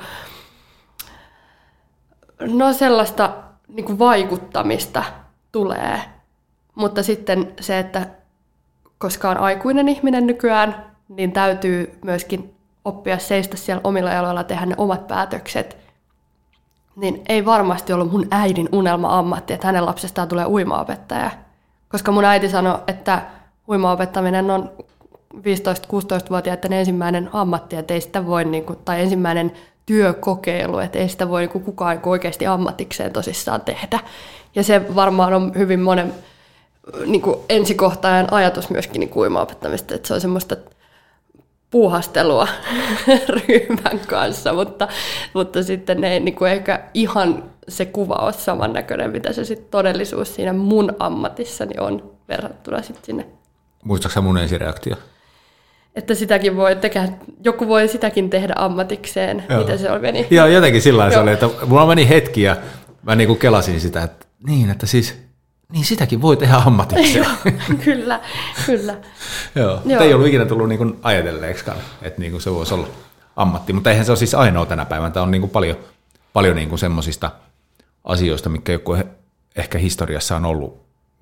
no sellaista niinku vaikuttamista tulee. Mutta sitten se, että koska on aikuinen ihminen nykyään, niin täytyy myöskin oppia seistä siellä omilla jaloilla, tehdä ne omat päätökset. Niin ei varmasti ollut mun äidin unelma-ammatti, että hänen lapsestaan tulee uimaopettaja. Koska mun äiti sanoi, että uimaopettaminen on 15-16-vuotiaiden ensimmäinen ammatti, että ei sitä voi, tai ensimmäinen työkokeilu, että ei sitä voi kukaan oikeasti ammatikseen tosissaan tehdä. Ja se varmaan on hyvin monen ensikohtainen ajatus myöskin uimaopettamista, että se on semmoista puuhastelua ryhmän kanssa, mutta sitten ei ehkä ihan se kuva ole samannäköinen, mitä se sitten todellisuus siinä mun ammatissani on verrattuna sitten sinne. Muistatko mun ensireaktio? Että sitäkin voi tehdä, joku voi sitäkin tehdä ammatikseen, joo. Mitä se meni. Joo, jotenkin sillä se oli, että mulla meni hetki ja mä kelasin sitä, että niin sitäkin voi tehdä ammatikseen. Kyllä. Joo. Mutta ei ollut ikinä tullut ajatelleeksikaan, että se voisi olla ammatti. Mutta eihän se ole siis ainoa tänä päivänä. Tämä on paljon semmoisista asioista, mitkä joku ehkä historiassa on ollut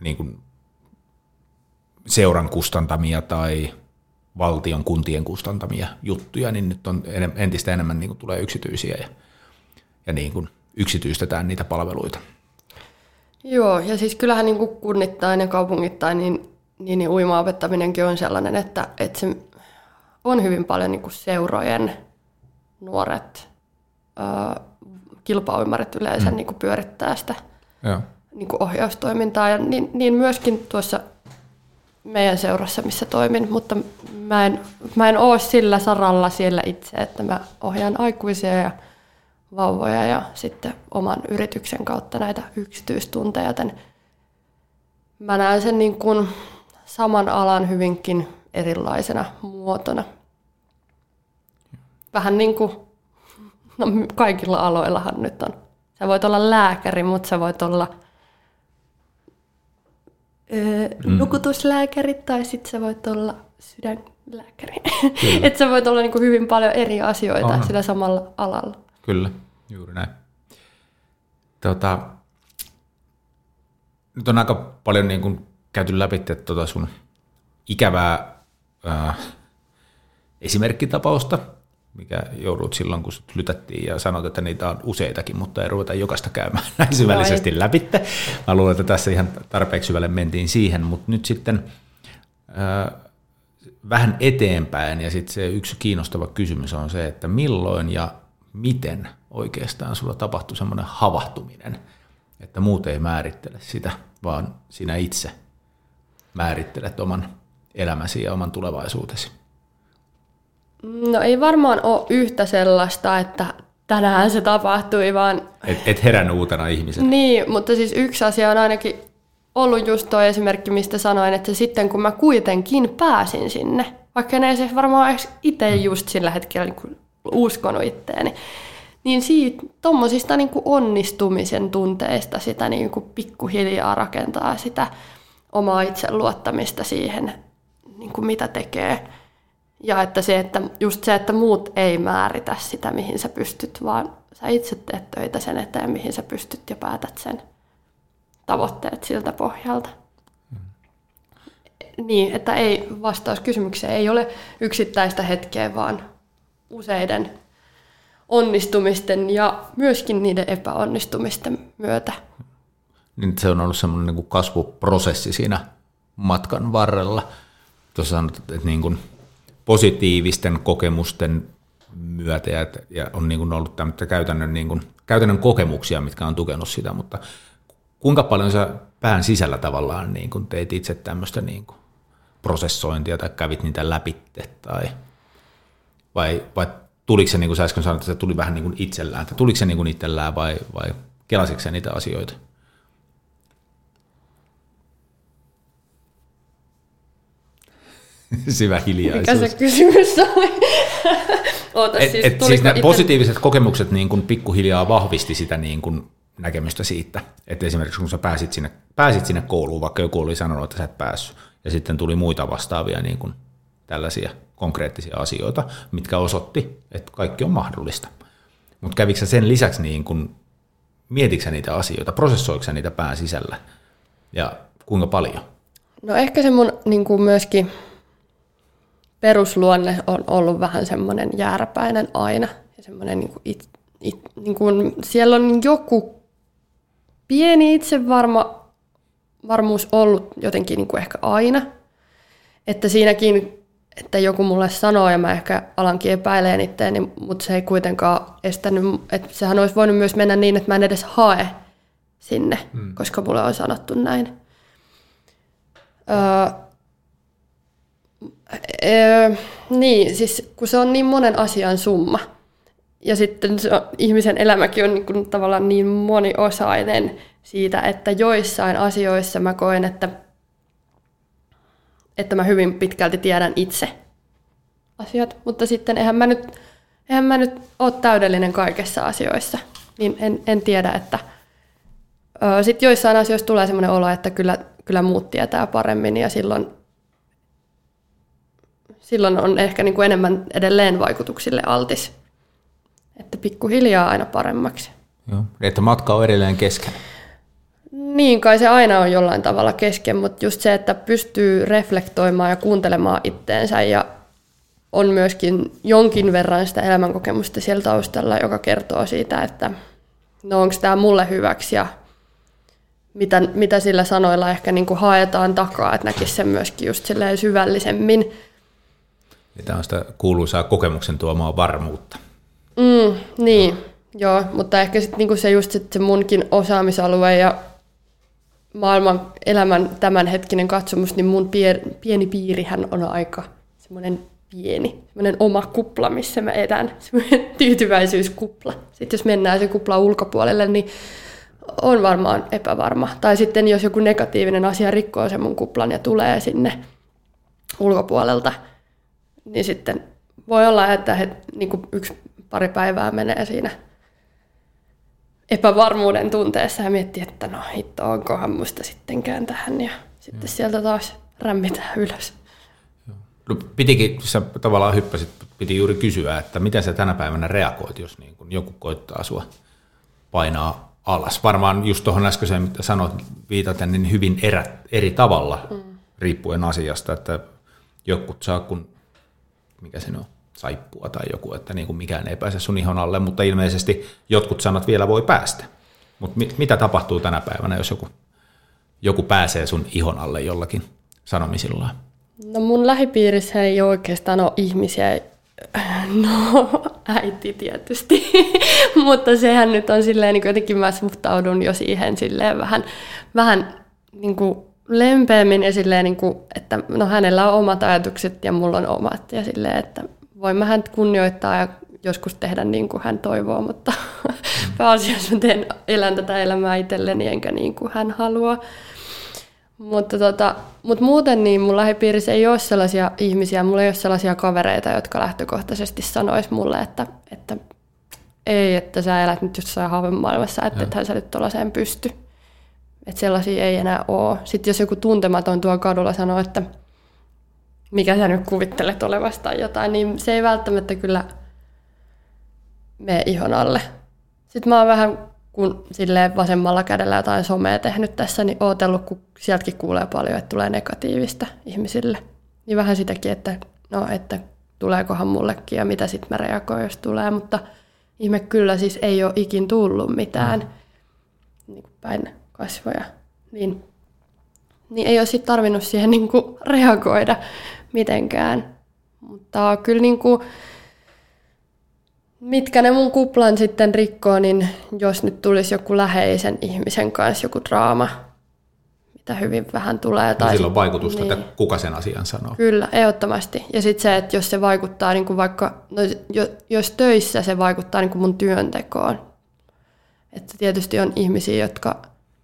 seuran kustantamia tai valtion kuntien kustantamia juttuja, niin nyt on entistä enemmän tulee yksityisiä ja yksityistetään niitä palveluita. Joo, ja siis kyllähän kunnittain ja kaupungittain niin uimaopettaminenkin on sellainen, että se on hyvin paljon seurojen nuoret kilpauimarit yleensä pyörittää sitä ohjaustoimintaa. Ja niin myöskin tuossa meidän seurassa, missä toimin, mutta mä en ole sillä saralla siellä itse, että mä ohjaan aikuisia ja vauvoja ja sitten oman yrityksen kautta näitä yksityistunteja, joten mä näen sen saman alan hyvinkin erilaisena muotona. Vähän kaikilla aloillahan nyt on. Sä voit olla lääkäri, mutta sä voit olla nukutuslääkäri tai sitten sä voit olla sydänlääkäri. Että sä voit olla hyvin paljon eri asioita sillä samalla alalla. Kyllä, juuri näin. Nyt on aika paljon käyty läpi sun ikävää esimerkkitapausta, mikä joudut silloin, kun sut lytättiin ja sanoit, että niitä on useitakin, mutta ei ruveta jokaista käymään näin syvällisesti läpi. Mä luulen, että tässä ihan tarpeeksi syvälle mentiin siihen, mutta nyt sitten vähän eteenpäin ja sitten se yksi kiinnostava kysymys on se, että milloin ja miten oikeastaan sulla tapahtui semmoinen havahtuminen, että muut ei määrittele sitä, vaan sinä itse määrittelet oman elämäsi ja oman tulevaisuutesi? No ei varmaan ole yhtä sellaista, että tänään se tapahtui, vaan... Et herännyt uutena ihmisenä. Niin, mutta siis yksi asia on ainakin ollut just tuo esimerkki, mistä sanoin, että sitten kun mä kuitenkin pääsin sinne, vaikka ne ei se varmaan edes itse just sillä hetkellä uskonut itteeni, niin siitä tommosista onnistumisen tunteista sitä pikkuhiljaa rakentaa sitä omaa itseluottamista siihen, mitä tekee. Ja että just se, että muut ei määritä sitä, mihin sä pystyt, vaan sä itse teet töitä sen eteen, mihin sä pystyt ja päätät sen tavoitteet siltä pohjalta. Niin, että ei vastaus kysymykseen ei ole yksittäistä hetkeä, vaan useiden onnistumisten ja myöskin niiden epäonnistumisten myötä. Niin se on ollut semmoinen kasvuprosessi siinä matkan varrella. Tuossa sanot, että positiivisten kokemusten myötä ja on ollut tämmöistä käytännön kokemuksia, mitkä on tukenut sitä, mutta kuinka paljon sä pään sisällä tavallaan teit itse tämmöistä prosessointia tai kävit niitä läpi vai tuliko se, niin kuin sä äsken sanoit, että se tuli vähän itsellään, että tuliko se itsellään vai kelasitko sä niitä asioita? Syvä hiljaisuus. Mikä se kysymys oli? Siis nämä positiiviset kokemukset pikkuhiljaa vahvisti sitä näkemystä siitä, että esimerkiksi kun sä pääsit sinne kouluun, vaikka joku oli sanonut, että sä et päässyt, ja sitten tuli muita vastaavia niin kuin tällaisia konkreettisia asioita, mitkä osoitti, että kaikki on mahdollista. Mutta kävikö sä sen lisäksi, niin kun, mietitkö sä niitä asioita, prosessoiko sä niitä pään sisällä, ja kuinka paljon? No ehkä se mun niin kuin myöskin perusluonne on ollut vähän semmoinen jääräpäinen aina, ja semmoinen niin kuin, siellä on joku pieni itsevarmuus ollut jotenkin niin kuin ehkä aina, että siinäkin, että joku mulle sanoo ja mä ehkä alankin epäilemään itseäni, mutta se ei kuitenkaan estänyt, että sehän olisi voinut myös mennä niin, että mä en edes hae sinne, koska mulle on sanottu näin. Niin, siis kun se on niin monen asian summa, ja sitten ihmisen elämäkin on niin kuin tavallaan niin moniosainen siitä, että joissain asioissa mä koen, että mä hyvin pitkälti tiedän itse asiat, mutta sitten eihän mä nyt ole täydellinen kaikessa asioissa, niin en tiedä, että sitten joissain asioissa tulee semmoinen olo, että kyllä muut tietää paremmin, ja silloin on ehkä niin kuin enemmän edelleen vaikutuksille altis, että pikkuhiljaa aina paremmaksi. Joo, että matka on edelleen kesken. Niin, kai se aina on jollain tavalla kesken, mutta just se, että pystyy reflektoimaan ja kuuntelemaan itteensä ja on myöskin jonkin verran sitä elämänkokemusta siellä taustalla, joka kertoo siitä, että no onko tämä mulle hyväksi ja mitä sillä sanoilla ehkä niin kuin haetaan takaa, että näkisi sen myöskin just silleen syvällisemmin. Ja tämä on sitä kuuluisaa kokemuksen tuomaa varmuutta. Niin, joo, mutta ehkä sitten niinku se just se munkin osaamisalue ja maailman elämän tämänhetkinen katsomus, niin mun pieni piirihän on aika semmoinen pieni, semmoinen oma kupla, missä mä edän, semmoinen tyytyväisyyskupla. Sitten jos mennään se kupla ulkopuolelle, niin on varmaan epävarma. Tai sitten jos joku negatiivinen asia rikkoo sen mun kuplan ja tulee sinne ulkopuolelta, niin sitten voi olla, että niin pari päivää menee siinä epävarmuuden tunteessa ja miettii, että no hitto, onkohan musta sittenkään tähän, ja sitten sieltä taas rämmitään ylös. No, sä tavallaan hyppäsit, piti juuri kysyä, että miten sä tänä päivänä reagoit, jos niin kun joku koittaa sua painaa alas. Varmaan just tuohon äskeiseen, mitä sanoit, viitaten, niin hyvin eri tavalla riippuen asiasta, että jokut saa kun, mikä se on, saippua tai joku, että niin kuin mikään ei pääse sun ihon alle, mutta ilmeisesti jotkut sanat vielä voi päästä. Mutta mitä tapahtuu tänä päivänä, jos joku pääsee sun ihon alle jollakin sanomisillaan? No mun lähipiirissä ei oikeastaan ole ihmisiä, no äiti tietysti, mutta sehän nyt on silleen, niin jotenkin mä suhtaudun jo siihen silleen vähän niin kuin lempeämmin ja silleen, niin kuin, että no hänellä on omat ajatukset ja mulla on omat ja silleen, että voin mä häntä kunnioittaa ja joskus tehdä niin kuin hän toivoo, mutta pääasiassa mä elän tätä elämää itselleni enkä niin kuin hän haluaa. Mutta muuten niin mun lähipiirissä ei ole sellaisia ihmisiä, mulla ei ole sellaisia kavereita, jotka lähtökohtaisesti sanois mulle, että ei, että sä elät nyt jossain haavemaailmassa, että ethän sä nyt tuollaiseen pysty. Että sellaisia ei enää ole. Sitten jos joku tuntematon tuolla kadulla sanoo, että mikä sä nyt kuvittelet olevasta tai jotain, niin se ei välttämättä kyllä mene ihon alle. Sitten mä oon vähän, kun silleen vasemmalla kädellä jotain somea tehnyt tässä, niin ootellut, kun sieltäkin kuulee paljon, että tulee negatiivista ihmisille. Niin vähän sitäkin, että no, että tuleekohan mullekin ja mitä sitten mä reagoin, jos tulee. Mutta ihme kyllä siis ei ole ikin tullut mitään niin kuin päin kasvoja. Niin ei ole sitten tarvinnut siihen niin kuin reagoida mitenkään. Mutta kyllä niin kuin, mitkä ne mun kuplan sitten rikkoo, niin jos nyt tulisi joku läheisen ihmisen kanssa joku draama, mitä hyvin vähän tulee. Tai sillä on vaikutusta, niin, että kuka sen asian sanoo. Kyllä, ehdottomasti. Ja sitten se, että jos se vaikuttaa niin kuin vaikka, no, jos töissä se vaikuttaa niin kuin mun työntekoon. Että tietysti on ihmisiä, jotka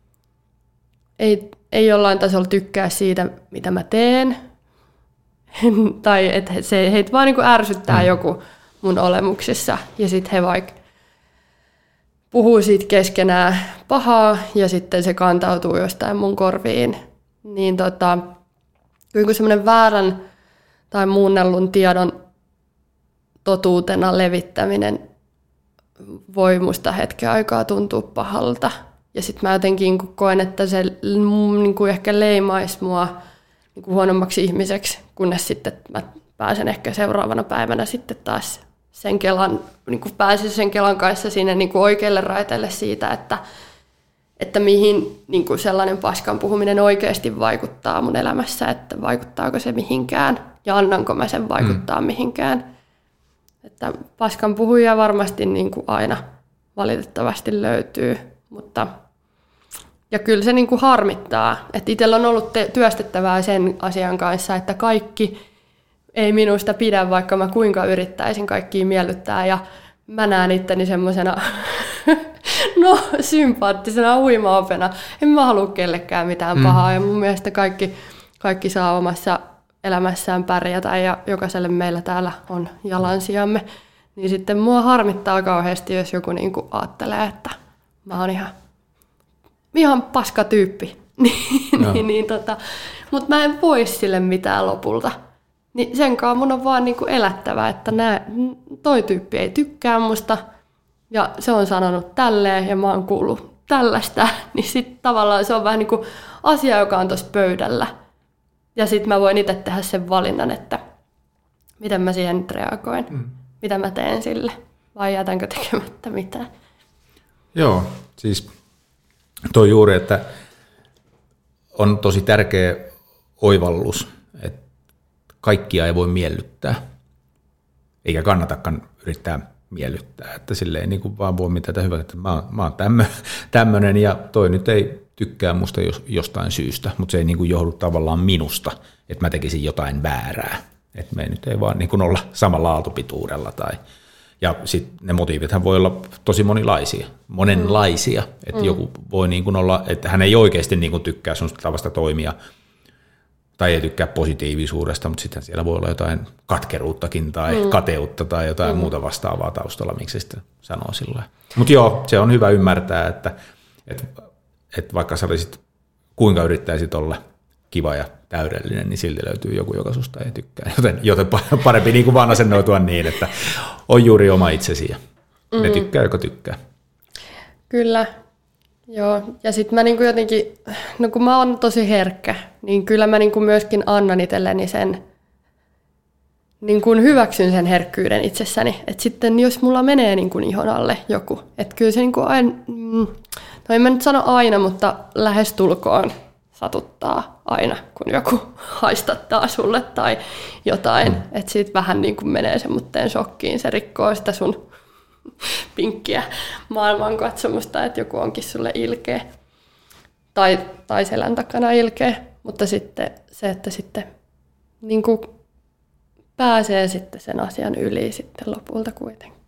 ei jollain tasolla tykkää siitä, mitä mä teen. Tai että heitä vaan niin kuin ärsyttää joku mun olemuksissa. Ja sitten he vaikka puhuu siitä keskenään pahaa ja sitten se kantautuu jostain mun korviin. Niin kyllä semmoinen väärän tai muunnellun tiedon totuutena levittäminen voi musta hetken aikaa tuntua pahalta. Ja sitten mä jotenkin koen, että se ehkä leimaisi mua huonommaksi ihmiseksi, kunnes sitten mä pääsen ehkä seuraavana päivänä sitten taas pääsin sen kelan kanssa sinne oikealle raiteelle siitä, että mihin sellainen paskan puhuminen oikeasti vaikuttaa mun elämässä, että vaikuttaako se mihinkään ja annanko mä sen vaikuttaa mihinkään. Että paskan puhujia varmasti aina valitettavasti löytyy, ja kyllä se harmittaa, että itsellä on ollut työstettävää sen asian kanssa, että kaikki ei minusta pidä, vaikka mä kuinka yrittäisin kaikkia miellyttää, ja mä näen itteni semmoisena sympaattisena uimaopena. En mä halua kellekään mitään pahaa, ja mun mielestä kaikki saa omassa elämässään pärjätä, ja jokaiselle meillä täällä on jalansijamme. Niin sitten mua harmittaa kauheasti, jos joku ajattelee, että mä oon ihan paska tyyppi. Mutta mä en voi sille mitään lopulta. Niin senkaan mun on vaan elättävä, että toi tyyppi ei tykkää musta ja se on sanonut tälleen ja mä oon kuullut tällaista. Niin sitten tavallaan se on vähän asia, joka on tuossa pöydällä. Ja sitten mä voin itse tehdä sen valinnan, että miten mä siihen nyt reagoin. Mitä mä teen sille vai jätänkö tekemättä mitään. Joo, siis toi juuri, että on tosi tärkeä oivallus, että kaikkia ei voi miellyttää, eikä kannatakaan yrittää miellyttää, että silleen vaan voi mitään hyvää, että mä oon tämmönen ja toi nyt ei tykkää musta jostain syystä, mutta se ei johdu tavallaan minusta, että mä tekisin jotain väärää, että me nyt ei vaan olla samalla aaltopituudella ja sitten ne motiivithan voi olla tosi monenlaisia, että joku voi olla, että hän ei oikeasti tykkää sun tavasta toimia tai ei tykkää positiivisuudesta, mutta sitten siellä voi olla jotain katkeruuttakin tai kateutta tai jotain muuta vastaavaa taustalla, miksi sitten sanoo sillä. Mutta joo, se on hyvä ymmärtää, että vaikka sä olisit kuinka yrittäisit olla kiva ja täydellinen, niin silti löytyy joku, joka susta ei tykkää. Joten parempi vaan asennoitua niin, että on juuri oma itsesi ja ne tykkää, joka tykkää. Kyllä, joo. Ja sitten mä jotenkin, kun mä oon tosi herkkä, niin kyllä mä myöskin annan itselleni sen, hyväksyn sen herkkyyden itsessäni. Että sitten jos mulla menee ihon alle joku, että kyllä se aina, no en mä nyt sano aina, mutta lähestulkoon satuttaa aina, kun joku haistattaa sulle tai jotain. Että siitä vähän menee semmoitteen shokkiin, se rikkoo sitä sun pinkkiä maailmankatsomusta, että joku onkin sulle ilkeä. Tai selän takana ilkeä. Mutta sitten se, että sitten pääsee sitten sen asian yli sitten lopulta kuitenkin.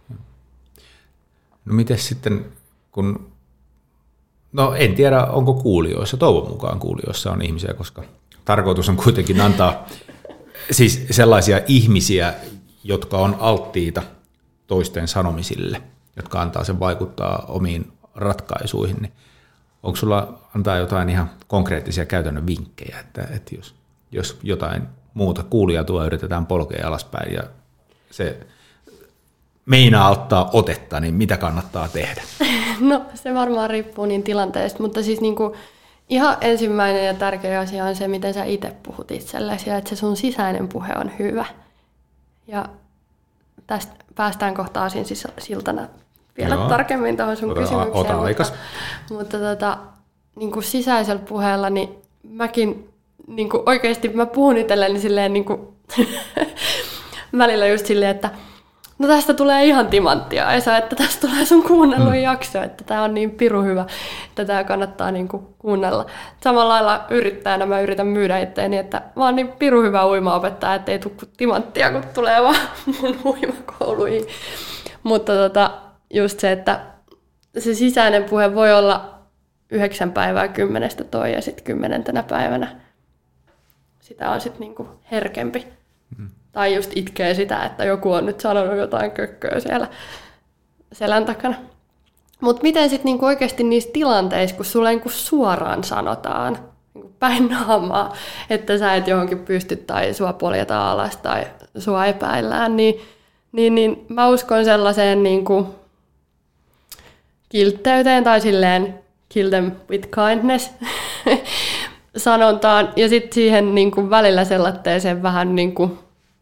No mites sitten, kun no en tiedä, onko kuulijoissa, toivon mukaan kuulijoissa on ihmisiä, koska tarkoitus on kuitenkin antaa siis sellaisia ihmisiä, jotka on alttiita toisten sanomisille, jotka antaa sen vaikuttaa omiin ratkaisuihin. Niin onko sulla antaa jotain ihan konkreettisia käytännön vinkkejä, että jos jotain muuta kuulijaa tuo yritetään polkea alaspäin ja se meinaa ottaa otetta, niin mitä kannattaa tehdä? No se varmaan riippuu niin tilanteesta, mutta siis ihan ensimmäinen ja tärkeä asia on se, miten sä itse puhut itsellesi ja että se sun sisäinen puhe on hyvä. Ja tästä päästään kohta aasinsiltana vielä tarkemmin tuohon sun kysymykseen. Ota aikas. Mutta sisäisellä puheella, niin mäkin oikeasti mä puhun itselleni silleen välillä just silleen, että no tästä tulee ihan timanttia, Esa, että tästä tulee sun kuunnellun jakso, että tää on niin piru hyvä, että tää kannattaa kuunnella. Samalla lailla yrittäjänä mä yritän myydä itteeni, että mä oon niin piru hyvä uimaopettaja, ettei tule timanttia, kun tulee vaan mun uimakouluihin. Mutta just se, että se sisäinen puhe voi olla 9 päivää 10 toi ja sitten 10. päivänä sitä on sitten herkempi. Tai just itkee sitä, että joku on nyt sanonut jotain kökköä siellä selän takana. Mutta miten sitten niinku oikeasti niissä tilanteissa, kun sulle niinku suoraan sanotaan niinku päin naamaa, että sä et johonkin pysty tai sua poljetaan alas tai sua epäillään, niin mä uskon sellaiseen niinku kiltteyteen tai silleen kill them with kindness sanontaan. Ja sitten siihen niinku välillä sellaiseen vähän niinku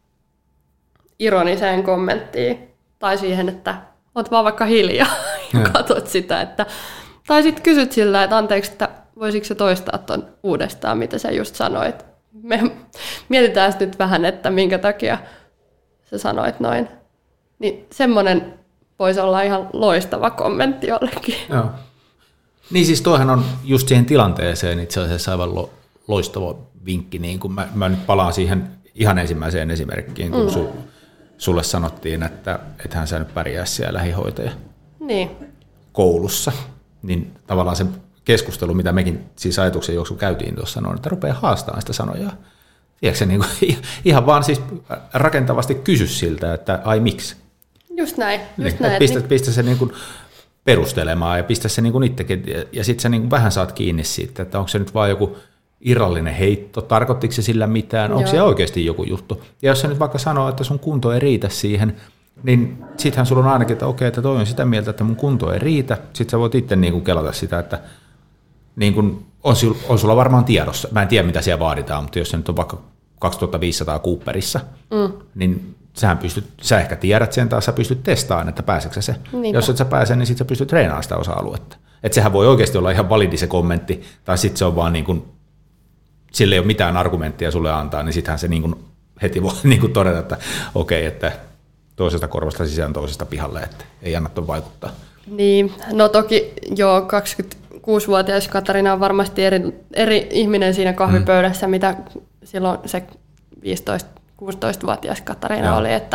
ironiseen kommenttiin tai siihen, että oot vaan vaikka hiljaa ja katot sitä. Tai sitten kysyt sillä, että anteeksi, että voisitko sä toistaa ton uudestaan, mitä sä just sanoit. Me mietitään nyt vähän, että minkä takia sä sanoit noin. Niin semmoinen voisi olla ihan loistava kommentti jollekin. Joo. Niin siis toihan on just siihen tilanteeseen itse asiassa aivan loistava vinkki. Niin kun mä nyt palaan siihen ihan ensimmäiseen esimerkkiin, kun sulle sanottiin, että ethän sä nyt pärjää siellä lähihoitaja koulussa. Niin tavallaan se keskustelu, mitä mekin siis ajatuksen juoksu käytiin tuossa, on, että rupeaa haastamaan sitä sanojaa. Tiedätkö, niin kuin, ihan vaan siis rakentavasti kysy siltä, että ai miksi? Just näin. Pistä se niin kuin perustelemaan ja pistä se niin kuin itsekin. Ja sitten sä niin kuin vähän saat kiinni siitä, että onko se nyt vaan joku irrallinen heitto, tarkoittiko se sillä mitään, onko se oikeasti joku juttu. Ja jos sä nyt vaikka sanoo, että sun kunto ei riitä siihen, niin sittenhän sulla on ainakin, että okei, että toi on sitä mieltä, että mun kunto ei riitä. Sitten sä voit itse niin kuin kelata sitä, että niin kuin on sulla varmaan tiedossa. Mä en tiedä, mitä siellä vaaditaan, mutta jos se nyt on vaikka 2500 Cooperissa, niin sä ehkä tiedät sen, tai sä pystyt testaamaan, että pääseekö se. Niinpä. Jos et sä pääse, niin sit sä pystyt treenaamaan sitä osa-aluetta. Että sehän voi oikeasti olla ihan validi se kommentti, tai sitten se on vaan niin kuin, sillä ei ole mitään argumenttia sulle antaa, niin sittenhän se niin kuin heti voi niin kuin todeta, että okei, että toisesta korvasta sisään, toisesta pihalle, että ei anna tuon vaikuttaa. Niin, no toki joo, 26-vuotias Katarina on varmasti eri ihminen siinä kahvipöydässä, mitä silloin se 15-16-vuotias Katarina oli, että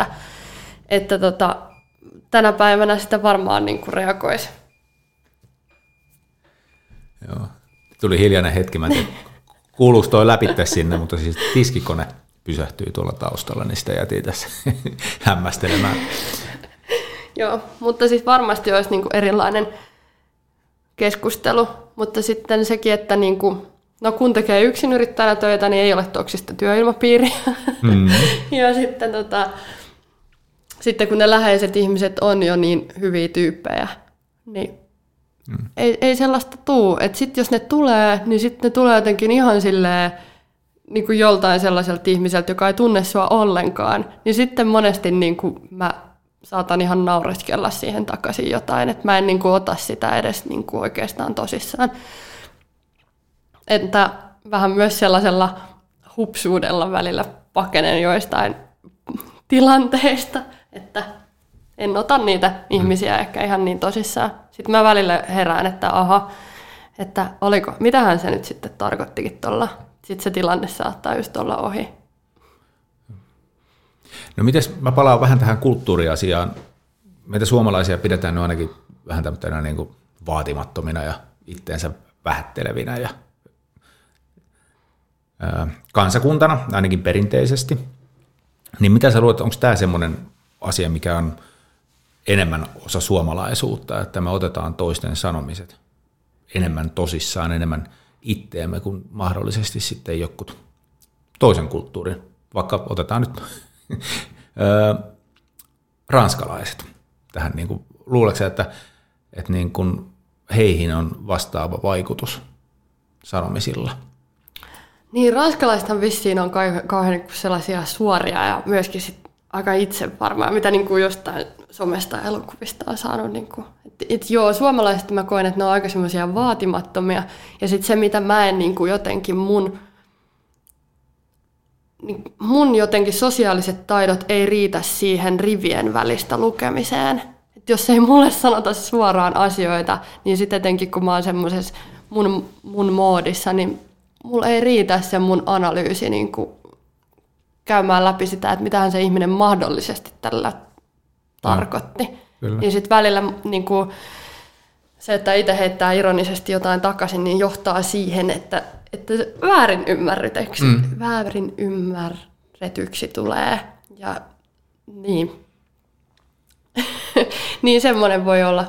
tänä päivänä sitä varmaan niin kuin reagoisi. Joo, tuli hiljainen hetki, mä en tiedä, kuuluuko toi läpitte sinne, mutta siis tiskikone pysähtyi tuolla taustalla, niin sitä jätiin tässä hämmästelemään. Joo, mutta siis varmasti olisi niin kuin erilainen keskustelu, mutta sitten sekin, että niin kuin, no kun tekee yksin yrittäjänä töitä, niin ei ole toksista työilmapiiriä. Ja sitten kun ne läheiset ihmiset on jo niin hyviä tyyppejä, niin ei sellaista tule. Että sitten jos ne tulee, niin sitten ne tulee jotenkin ihan silleen, niin kuin joltain sellaiselta ihmiseltä, joka ei tunne sua ollenkaan, niin sitten monesti niin kuin mä saatan ihan naureskella siihen takaisin jotain, että mä en niin kuin ota sitä edes niin kuin oikeastaan tosissaan. Että vähän myös sellaisella hupsuudella välillä pakenen joistain tilanteista, että en ota niitä ihmisiä ehkä ihan niin tosissaan. Sitten mä välillä herään, että aha, että mitähän se nyt sitten tarkoittikin tuolla. Sitten se tilanne saattaa just olla ohi. No mites, mä palaan vähän tähän kulttuuriasiaan. Meitä suomalaisia pidetään nyt ainakin vähän tämmöinen niin kuin vaatimattomina ja itteensä vähättelevinä ja kansakuntana, ainakin perinteisesti. Niin mitä sä luulet, onko tämä semmoinen asia, mikä on enemmän osa suomalaisuutta, että me otetaan toisten sanomiset enemmän tosissaan, enemmän itteemme kuin mahdollisesti sitten jokut toisen kulttuurin. Vaikka otetaan nyt ranskalaiset tähän. Niin kuin, luuleeko että niin kuin heihin on vastaava vaikutus sanomisilla? Niin, ranskalaisethan vissiin on kauhean sellaisia suoria ja myöskin sit aika itsevarmaa, mitä niin kuin jostain somesta ja elokuvista on saanut. Niin kuin, joo, suomalaiset mä koen, että ne on aika semmoisia vaatimattomia. Ja sitten se, mitä mä en niin kuin jotenkin mun jotenkin sosiaaliset taidot ei riitä siihen rivien välistä lukemiseen. Et jos ei mulle sanota suoraan asioita, niin sitten etenkin kun mä oon semmoisessa mun moodissa, niin mulla ei riitä se mun analyysi niin kuin käymään läpi sitä, että mitähän se ihminen mahdollisesti tällä tarkoitti. Niin sitten välillä niin kuin se, että itse heittää ironisesti jotain takaisin, niin johtaa siihen, että väärin ymmärretyksi tulee. Ja niin. Niin semmoinen voi olla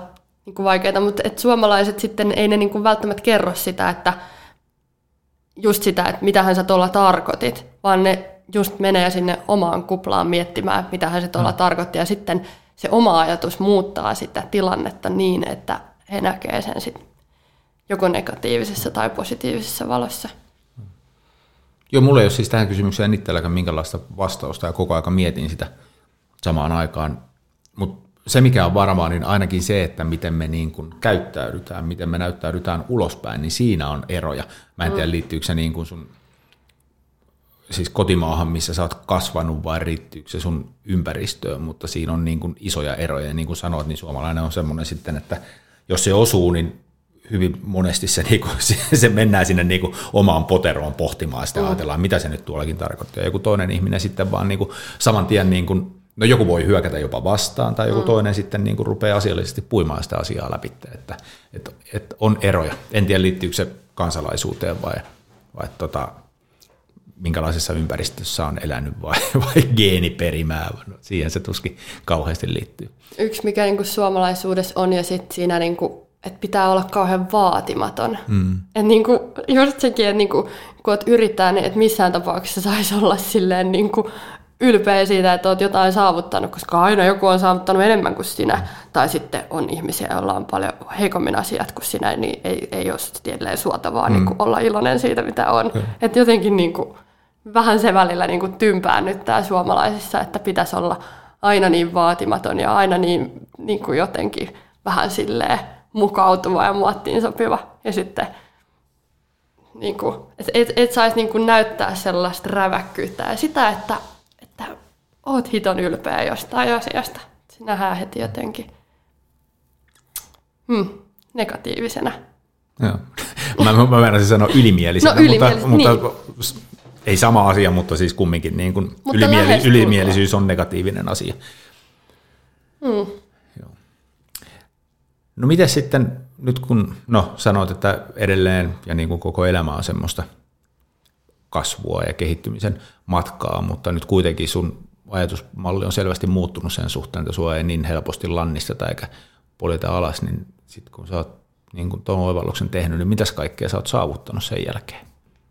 niin kuin vaikeaa, mutta et suomalaiset sitten ei ne niin kuin välttämättä kerro sitä, että just sitä, että mitähän sä tuolla tarkoitit, vaan ne just menee sinne omaan kuplaan miettimään, mitähän se tuolla tarkoitti, ja sitten se oma ajatus muuttaa sitä tilannetta niin, että he näkee sen sitten joko negatiivisessa tai positiivisessa valossa. Joo, mulla ei ole siis tähän kysymykseen itselläkään minkälaista vastausta, ja koko ajan mietin sitä samaan aikaan. Mutta se, mikä on varmaa, niin ainakin se, että miten me niin kuin käyttäydytään, miten me näyttäydytään ulospäin, niin siinä on eroja. Mä en tiedä, liittyykö se niin kuin sun siis kotimaahan, missä sä oot kasvanut, vai riittyykö se sun ympäristöön, mutta siinä on niin kuin isoja eroja. Ja niin kuin sanoit, niin suomalainen on semmoinen sitten, että jos se osuu, niin hyvin monesti se, niinku, se mennään sinne niinku omaan poteroon pohtimaan, sitten ajatellaan, mitä se nyt tuollakin tarkoittaa. Ja joku toinen ihminen sitten vaan niinku saman tien, niinku, no joku voi hyökätä jopa vastaan, tai joku toinen sitten niinku rupeaa asiallisesti puimaan sitä asiaa läpi. Että on eroja. En tiedä, liittyykö se kansalaisuuteen vai minkälaisessa ympäristössä on elänyt vai geeniperimää. No, siihen se tuskin kauheasti liittyy. Yksi, mikä niinku suomalaisuudessa on, ja sitten siinä niinku että pitää olla kauhean vaatimaton. Että niinku, just sekin, että niinku, kun olet yrittää, niin että missään tapauksessa saisi olla silleen niinku ylpeä siitä, että olet jotain saavuttanut, koska aina joku on saavuttanut enemmän kuin sinä. Tai sitten on ihmisiä, joilla on paljon heikommin asiat kuin sinä, niin ei ole tietenkin suotavaa niinku olla iloinen siitä, mitä on. Että jotenkin niinku, vähän se välillä niinku tympäännyttää suomalaisissa, että pitäisi olla aina niin vaatimaton ja aina niin niinku jotenkin vähän silleen mukautuva ja muottiin sopiva. Ja sitten niin kuin, et saisi niin kuin näyttää sellaista räväkkyyttä ja sitä, että oot hiton ylpeä jostain asiasta. Se nähdään heti jotenkin negatiivisena. Joo. Mä meinasin sanoa ylimielisenä, mutta ei sama asia, mutta siis kumminkin niin kuin ylimielisyys on negatiivinen asia. No miten sitten, nyt kun sanoit, että edelleen ja niin kuin koko elämä on semmoista kasvua ja kehittymisen matkaa, mutta nyt kuitenkin sun ajatusmalli on selvästi muuttunut sen suhteen, että sua ei niin helposti lannisteta eikä poljeta alas, niin sitten kun sä oot niin kuin tuon oivalluksen tehnyt, niin mitäs kaikkea sä oot saavuttanut sen jälkeen?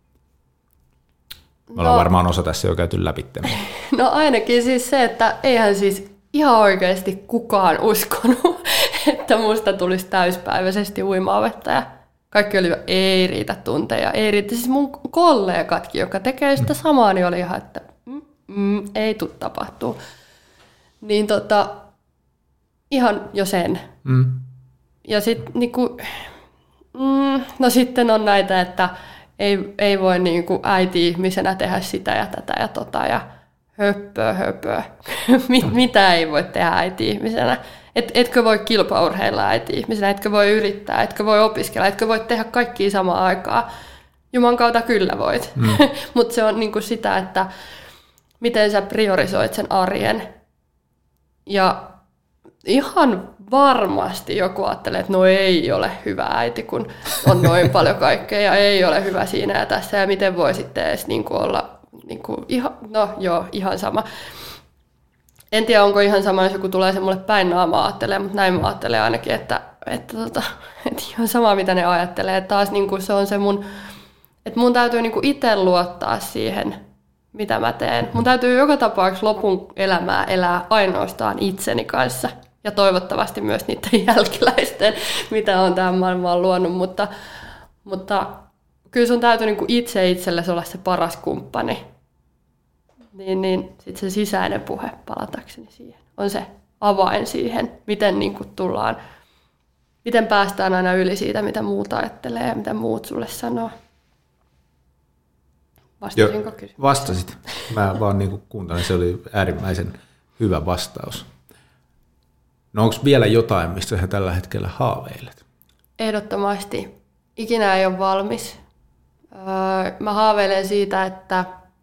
Me ollaan varmaan osa tässä jo käyty läpi. No ainakin siis se, että eihän siis ihan oikeasti kukaan uskonut, että musta tulisi täyspäiväisesti uima-opettaja. Kaikki oli, ei riitä tunteja, ei riitä. Siis mun kollegatkin, joka tekee sitä samaa, niin oli ihan, että ei tule tapahtuu. Niin ihan jo sen. Ja sitten niinku, no sitten on näitä, että ei voi niinku äiti-ihmisenä tehdä sitä ja tätä ja ja höpö. Mitä ei voi tehdä äiti-ihmisenä? Etkö voi kilpaurheilla äiti-ihmisenä, etkö voi yrittää, etkö voi opiskella, etkö voi tehdä kaikkia samaan aikaan. Juman kautta kyllä voit. Mutta se on niinku sitä, että miten sä priorisoit sen arjen. Ja ihan varmasti joku ajattelee, että no ei ole hyvä äiti, kun on noin paljon kaikkea ja ei ole hyvä siinä ja tässä. Ja miten voi sitten edes niinku olla, niinku, ihan sama. En tiedä, onko ihan sama, jos joku tulee se mulle päin naamaa ajattelee, mutta näin mä ajattelen ainakin, että ihan sama, mitä ne ajattelee. Että taas niinku, se on se että mun täytyy niinku itse luottaa siihen, mitä mä teen. Mun täytyy joka tapauksessa lopun elämää elää ainoastaan itseni kanssa. Ja toivottavasti myös niiden jälkeläisten, mitä on tähän maailmaan luonut. Mutta kyllä sun täytyy niinku itse itsellesi olla se paras kumppani. Niin sitten se sisäinen puhe, palatakseni siihen, on se avain siihen, miten niinku miten päästään aina yli siitä, mitä muut ajattelee ja mitä muut sulle sanoo. Vastasinko kysymykseen? Vastasit. Mä vaan niinku kuuntelin, se oli äärimmäisen hyvä vastaus. No onko vielä jotain, mistä sä tällä hetkellä haaveilet? Ehdottomasti. Ikinä ei ole valmis. Mä haaveilen siitä, että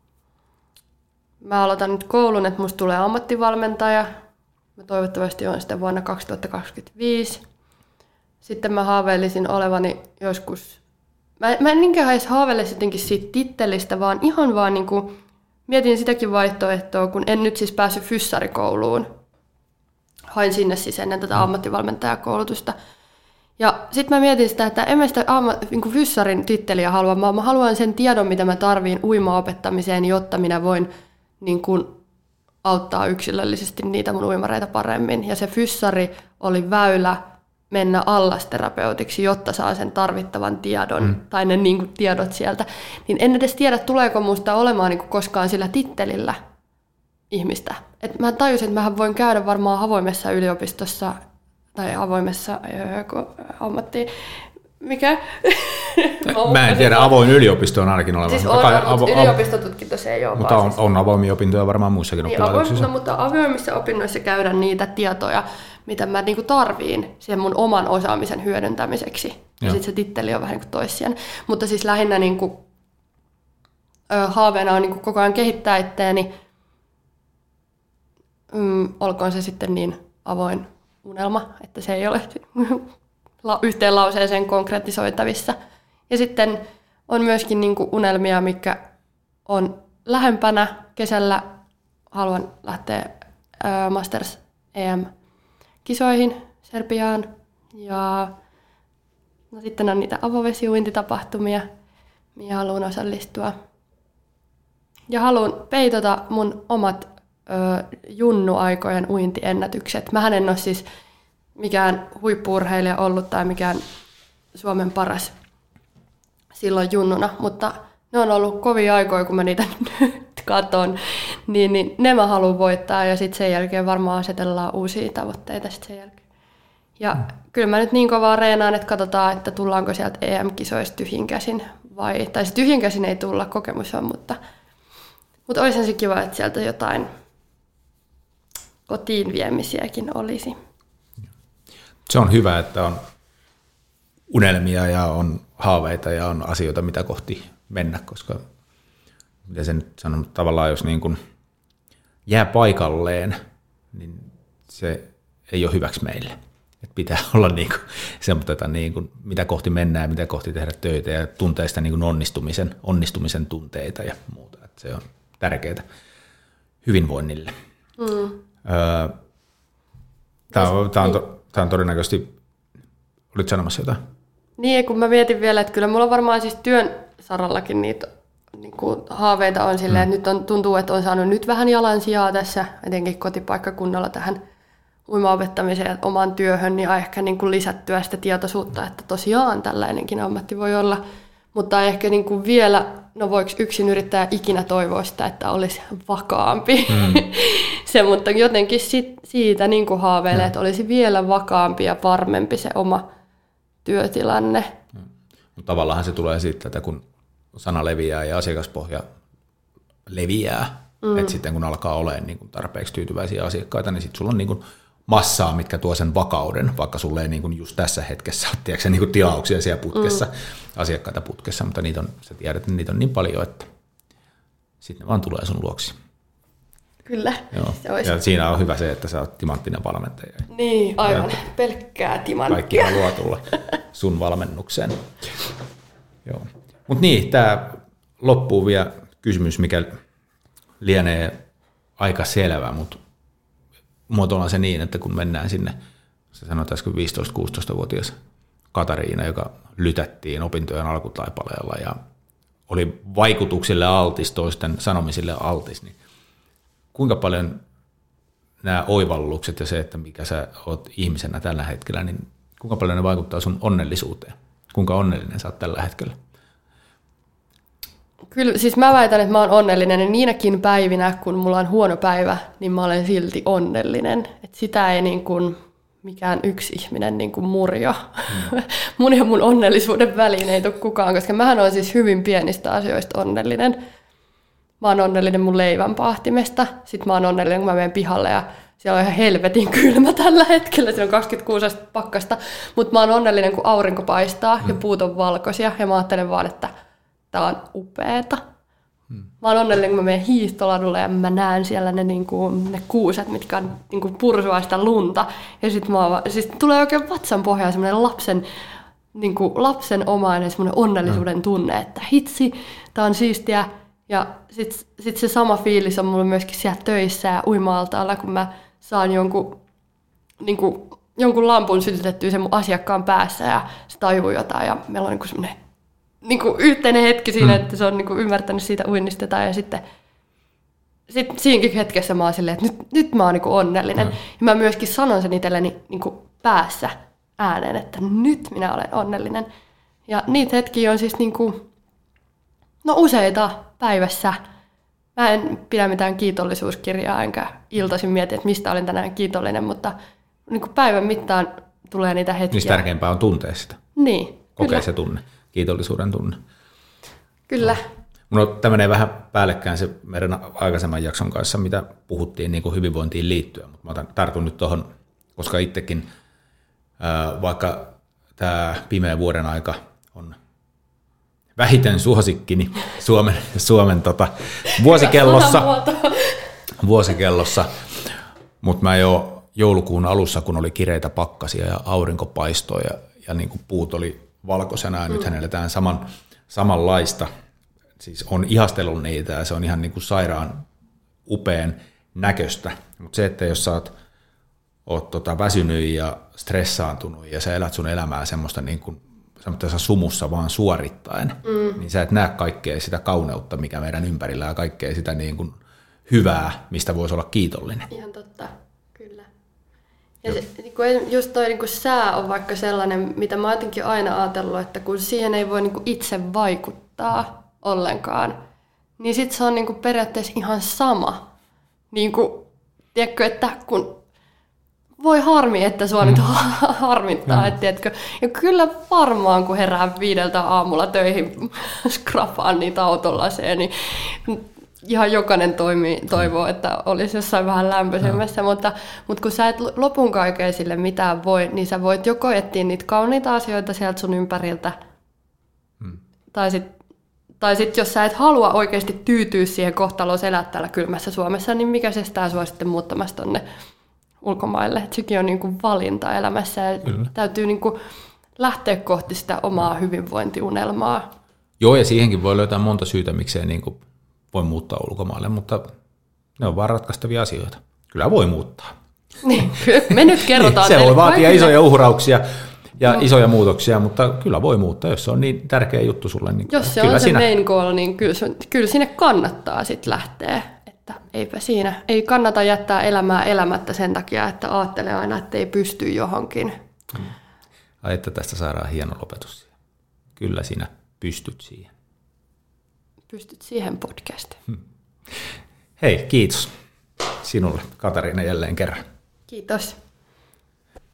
mä aloitan nyt koulun, että musta tulee ammattivalmentaja. Mä toivottavasti olen sitten vuonna 2025. Sitten mä haaveilisin olevani joskus. Mä en niinkään edes haaveile sittenkin siitä tittelistä, vaan ihan vaan niin kuin mietin sitäkin vaihtoehtoa, kun en nyt siis päässyt fyssarikouluun. Hain sinne siis ennen tätä ammattivalmentajakoulutusta. Ja sitten mä mietin sitä, että en mä sitä niin fyssarin titteliä halua, vaan mä haluan sen tiedon, mitä mä tarviin uimaopettamiseen, jotta minä voin niin kuin auttaa yksilöllisesti niitä mun uimareita paremmin. Ja se fyssari oli väylä mennä allasterapeutiksi, jotta saa sen tarvittavan tiedon, tai ne niin kuin tiedot sieltä. Niin en edes tiedä, tuleeko musta olemaan niin kuin koskaan sillä tittelillä ihmistä. Et mä tajusin, että mä voin käydä varmaan avoimessa yliopistossa, tai avoimessa ammattiin. Mikä? Mä en tiedä, avoin yliopisto on ainakin olemassa. Siis on, yliopistotutkinto se ei ole. Mutta on avoimia opintoja varmaan muissakin niin, oppilaitoksissa. Mutta avoimissa opinnoissa käydään niitä tietoja, mitä mä niinku tarviin sen mun oman osaamisen hyödyntämiseksi. Ja sitten se titteli on vähän niin kuin toissijainen. Mutta siis lähinnä niinku, haaveena on niinku koko ajan kehittää itteeni. Olkoon se sitten niin avoin unelma, että se ei ole yhteen lauseeseen konkretisoitavissa. Ja sitten on myöskin niinku unelmia, mikä on lähempänä. Kesällä haluan lähteä Masters EM-kisoihin Serbiaan. Ja no sitten on niitä avovesiuintitapahtumia, mihin haluan osallistua. Ja haluan peitota mun omat junnuaikojen uintiennätykset. Mähän en ole siis mikään huippu-urheilija ollut tai mikään Suomen paras silloin junnuna, mutta ne on ollut kovia aikoja, kun mä niitä nyt katon, niin ne mä haluan voittaa ja sitten sen jälkeen varmaan asetellaan uusia tavoitteita sitten sen jälkeen. Ja kyllä mä nyt niin kovaa reenaan, että katsotaan, että tullaanko sieltä EM-kisoista tyhjinkäsin tai se tyhjinkäsin ei tulla, kokemus on, mutta olisihan se kiva, että sieltä jotain kotiin viemisiäkin olisi. Se on hyvä, että on unelmia ja on haaveita ja on asioita, mitä kohti mennä, koska miten sen sanon, tavallaan jos niin kuin jää paikalleen, niin se ei ole hyväksi meille. Et pitää olla niin kuin semmoista, niin kuin, mitä kohti mennään, mitä kohti tehdä töitä ja tuntee sitä niin kuin onnistumisen tunteita ja muuta. Et se on tärkeää hyvinvoinnille. Tämä on todennäköisesti, olit sanomassa jotain? Niin, kun mä mietin vielä, että kyllä mulla varmaan siis työn sarallakin niitä niin kuin haaveita on silleen, että nyt tuntuu, että on saanut nyt vähän jalansijaa tässä, etenkin kotipaikkakunnalla tähän uimaopettamiseen ja omaan työhön, niin ehkä niin kuin lisättyä sitä tietoisuutta, että tosiaan tällainenkin ammatti voi olla, mutta ehkä niin kuin vielä, no voiko yksin yrittää ikinä toivoa sitä, että olisi vakaampi. Se, mutta jotenkin siitä niin kuin haaveilee, että olisi vielä vakaampi ja varmempi se oma työtilanne. Mutta tavallaan se tulee siitä, että kun sana leviää ja asiakaspohja leviää, että sitten kun alkaa olemaan niin kuin tarpeeksi tyytyväisiä asiakkaita, niin sitten sulla on niin kuin massaa, mitkä tuo sen vakauden, vaikka sulle ei niin kuin just tässä hetkessä ole tiedätkö, niin kuin tilauksia siellä putkessa, asiakkaita putkessa, mutta niitä on, sä tiedät, että niitä on niin paljon, että sitten ne vaan tulee sun luoksi. Kyllä. Joo. Ja siinä on hyvä se, että sä oot timanttinen valmentaja. Niin, aivan. Pelkkää timanttia. Kaikki haluaa tulla sun valmennukseen. Mutta niin, tämä loppuu vielä kysymys, mikä lienee aika selvä, mutta muotoillaan se niin, että kun mennään sinne, sä sanoit äsken 15-16-vuotias Katariina, joka lytättiin opintojen alkutaipaleella ja oli vaikutuksille altis, toisten sanomisille altis, niin kuinka paljon nämä oivallukset ja se, että mikä sä oot ihmisenä tällä hetkellä, niin kuinka paljon ne vaikuttaa sun onnellisuuteen? Kuinka onnellinen sä oot tällä hetkellä? Kyllä, siis mä väitän, että mä oon onnellinen ja niinäkin päivinä, kun mulla on huono päivä, niin mä olen silti onnellinen. Et sitä ei niin kuin mikään yksi ihminen niin kuin murjo. Mun ja mun onnellisuuden väliin ei tule kukaan, koska mähän olen siis hyvin pienistä asioista onnellinen. Mä oon onnellinen mun leivän paahtimesta. Sitten mä oon onnellinen, kun mä menen pihalle ja siellä on ihan helvetin kylmä tällä hetkellä. Siellä on 26 astetta pakkasta. Mutta mä oon onnellinen, kun aurinko paistaa ja puut on valkoisia. Ja mä ajattelen vaan, että tää on upeeta. Mä oon onnellinen, kun mä menen hiihtoladulle ja mä näen siellä ne kuuset, mitkä on, pursuaa sitä lunta. Ja sit tulee oikein vatsan pohjaan semmoinen lapsenomainen semmoinen onnellisuuden tunne, että hitsi, tää on siistiä. Ja sit se sama fiilis on mulla myöskin siellä töissä ja uima-altaalla, kun mä saan jonkun jonkun lampun sytytettyä sen mun asiakkaan päässä ja se tajuu jotain ja meillä on niin semmoinen niin yhteinen hetki siinä, että se on niin ymmärtänyt siitä uinnista ja sitten siinäkin hetkessä mä oon silleen, että nyt mä oon niin onnellinen. Ja mä myöskin sanon sen itselleni niin päässä ääneen, että nyt minä olen onnellinen. Ja niitä hetkiä on siis niin kuin, useita päivässä. Mä en pidä mitään kiitollisuuskirjaa, enkä iltaisin mieti, että mistä olen tänään kiitollinen, mutta niin kuin päivän mittaan tulee niitä hetkiä. Niin tärkeämpää on tuntea sitä. Niin, kokea kyllä. Se tunne, kiitollisuuden tunne. Kyllä. Tämä menee vähän päällekkäin se meidän aikaisemman jakson kanssa, mitä puhuttiin niin kuin hyvinvointiin liittyen, mutta mä tartun nyt tuohon, koska itsekin, vaikka tämä pimeä vuoden aika on vähiten suosikkini Suomen vuosikellossa, mutta mä jo joulukuun alussa, kun oli kireitä pakkasia ja aurinko paistoi ja niin kuin puut oli valkoisena ja nythän eletään samanlaista, siis on ihastellut niitä ja se on ihan niin kuin sairaan upean näköistä, mutta se, että jos sä oot väsynyt ja stressaantunut ja sä elät sun elämää semmoista niin kuin semmoisessa sumussa vaan suorittaen, niin sä et näe kaikkea sitä kauneutta, mikä meidän ympärillä ja kaikkea sitä niin kuin hyvää, mistä voisi olla kiitollinen. Ihan totta, kyllä. Ja se, just toi niin kuin sää on vaikka sellainen, mitä mä oon jotenkin aina ajatellut, että kun siihen ei voi niin kuin itse vaikuttaa ollenkaan, niin sit se on niin kuin periaatteessa ihan sama. Niin kuin, tiedätkö, että kun voi harmi, että sua nyt harmittaa, et tiedätkö. Ja kyllä varmaan, kun herää 5 aamulla töihin skrapaan niitä autolaseen, niin ihan jokainen toivoo, että olisi jossain vähän lämpöisemmässä, mutta kun sä et lopun kaikkea sille mitään voi, niin sä voit joko etsiä niitä kauniita asioita sieltä sun ympäriltä, tai sitten jos sä et halua oikeasti tyytyä siihen kohtaloon elää täällä kylmässä Suomessa, niin mikä se estää sua sitten muuttamassa tonne ulkomaille. Et sekin on niinku valinta elämässä ja täytyy niinku lähteä kohti sitä omaa hyvinvointiunelmaa. Joo, ja siihenkin voi löytää monta syytä, miksei niinku voi muuttaa ulkomaille, mutta ne on vaan ratkaistavia asioita. Kyllä voi muuttaa. Niin, me nyt kerrotaan se voi vaatia isoja uhrauksia ja isoja muutoksia, mutta kyllä voi muuttaa, jos se on niin tärkeä juttu sulle. Niin jos se on se main goal, niin kyllä sinne kannattaa sitten lähteä. Että eipä siinä. Ei kannata jättää elämää elämättä sen takia, että ajattelee aina, että ei pysty johonkin. Ai, että tästä saadaan hieno lopetus. Kyllä sinä pystyt siihen. Pystyt siihen podcast. Hei, kiitos sinulle, Katariina, jälleen kerran. Kiitos.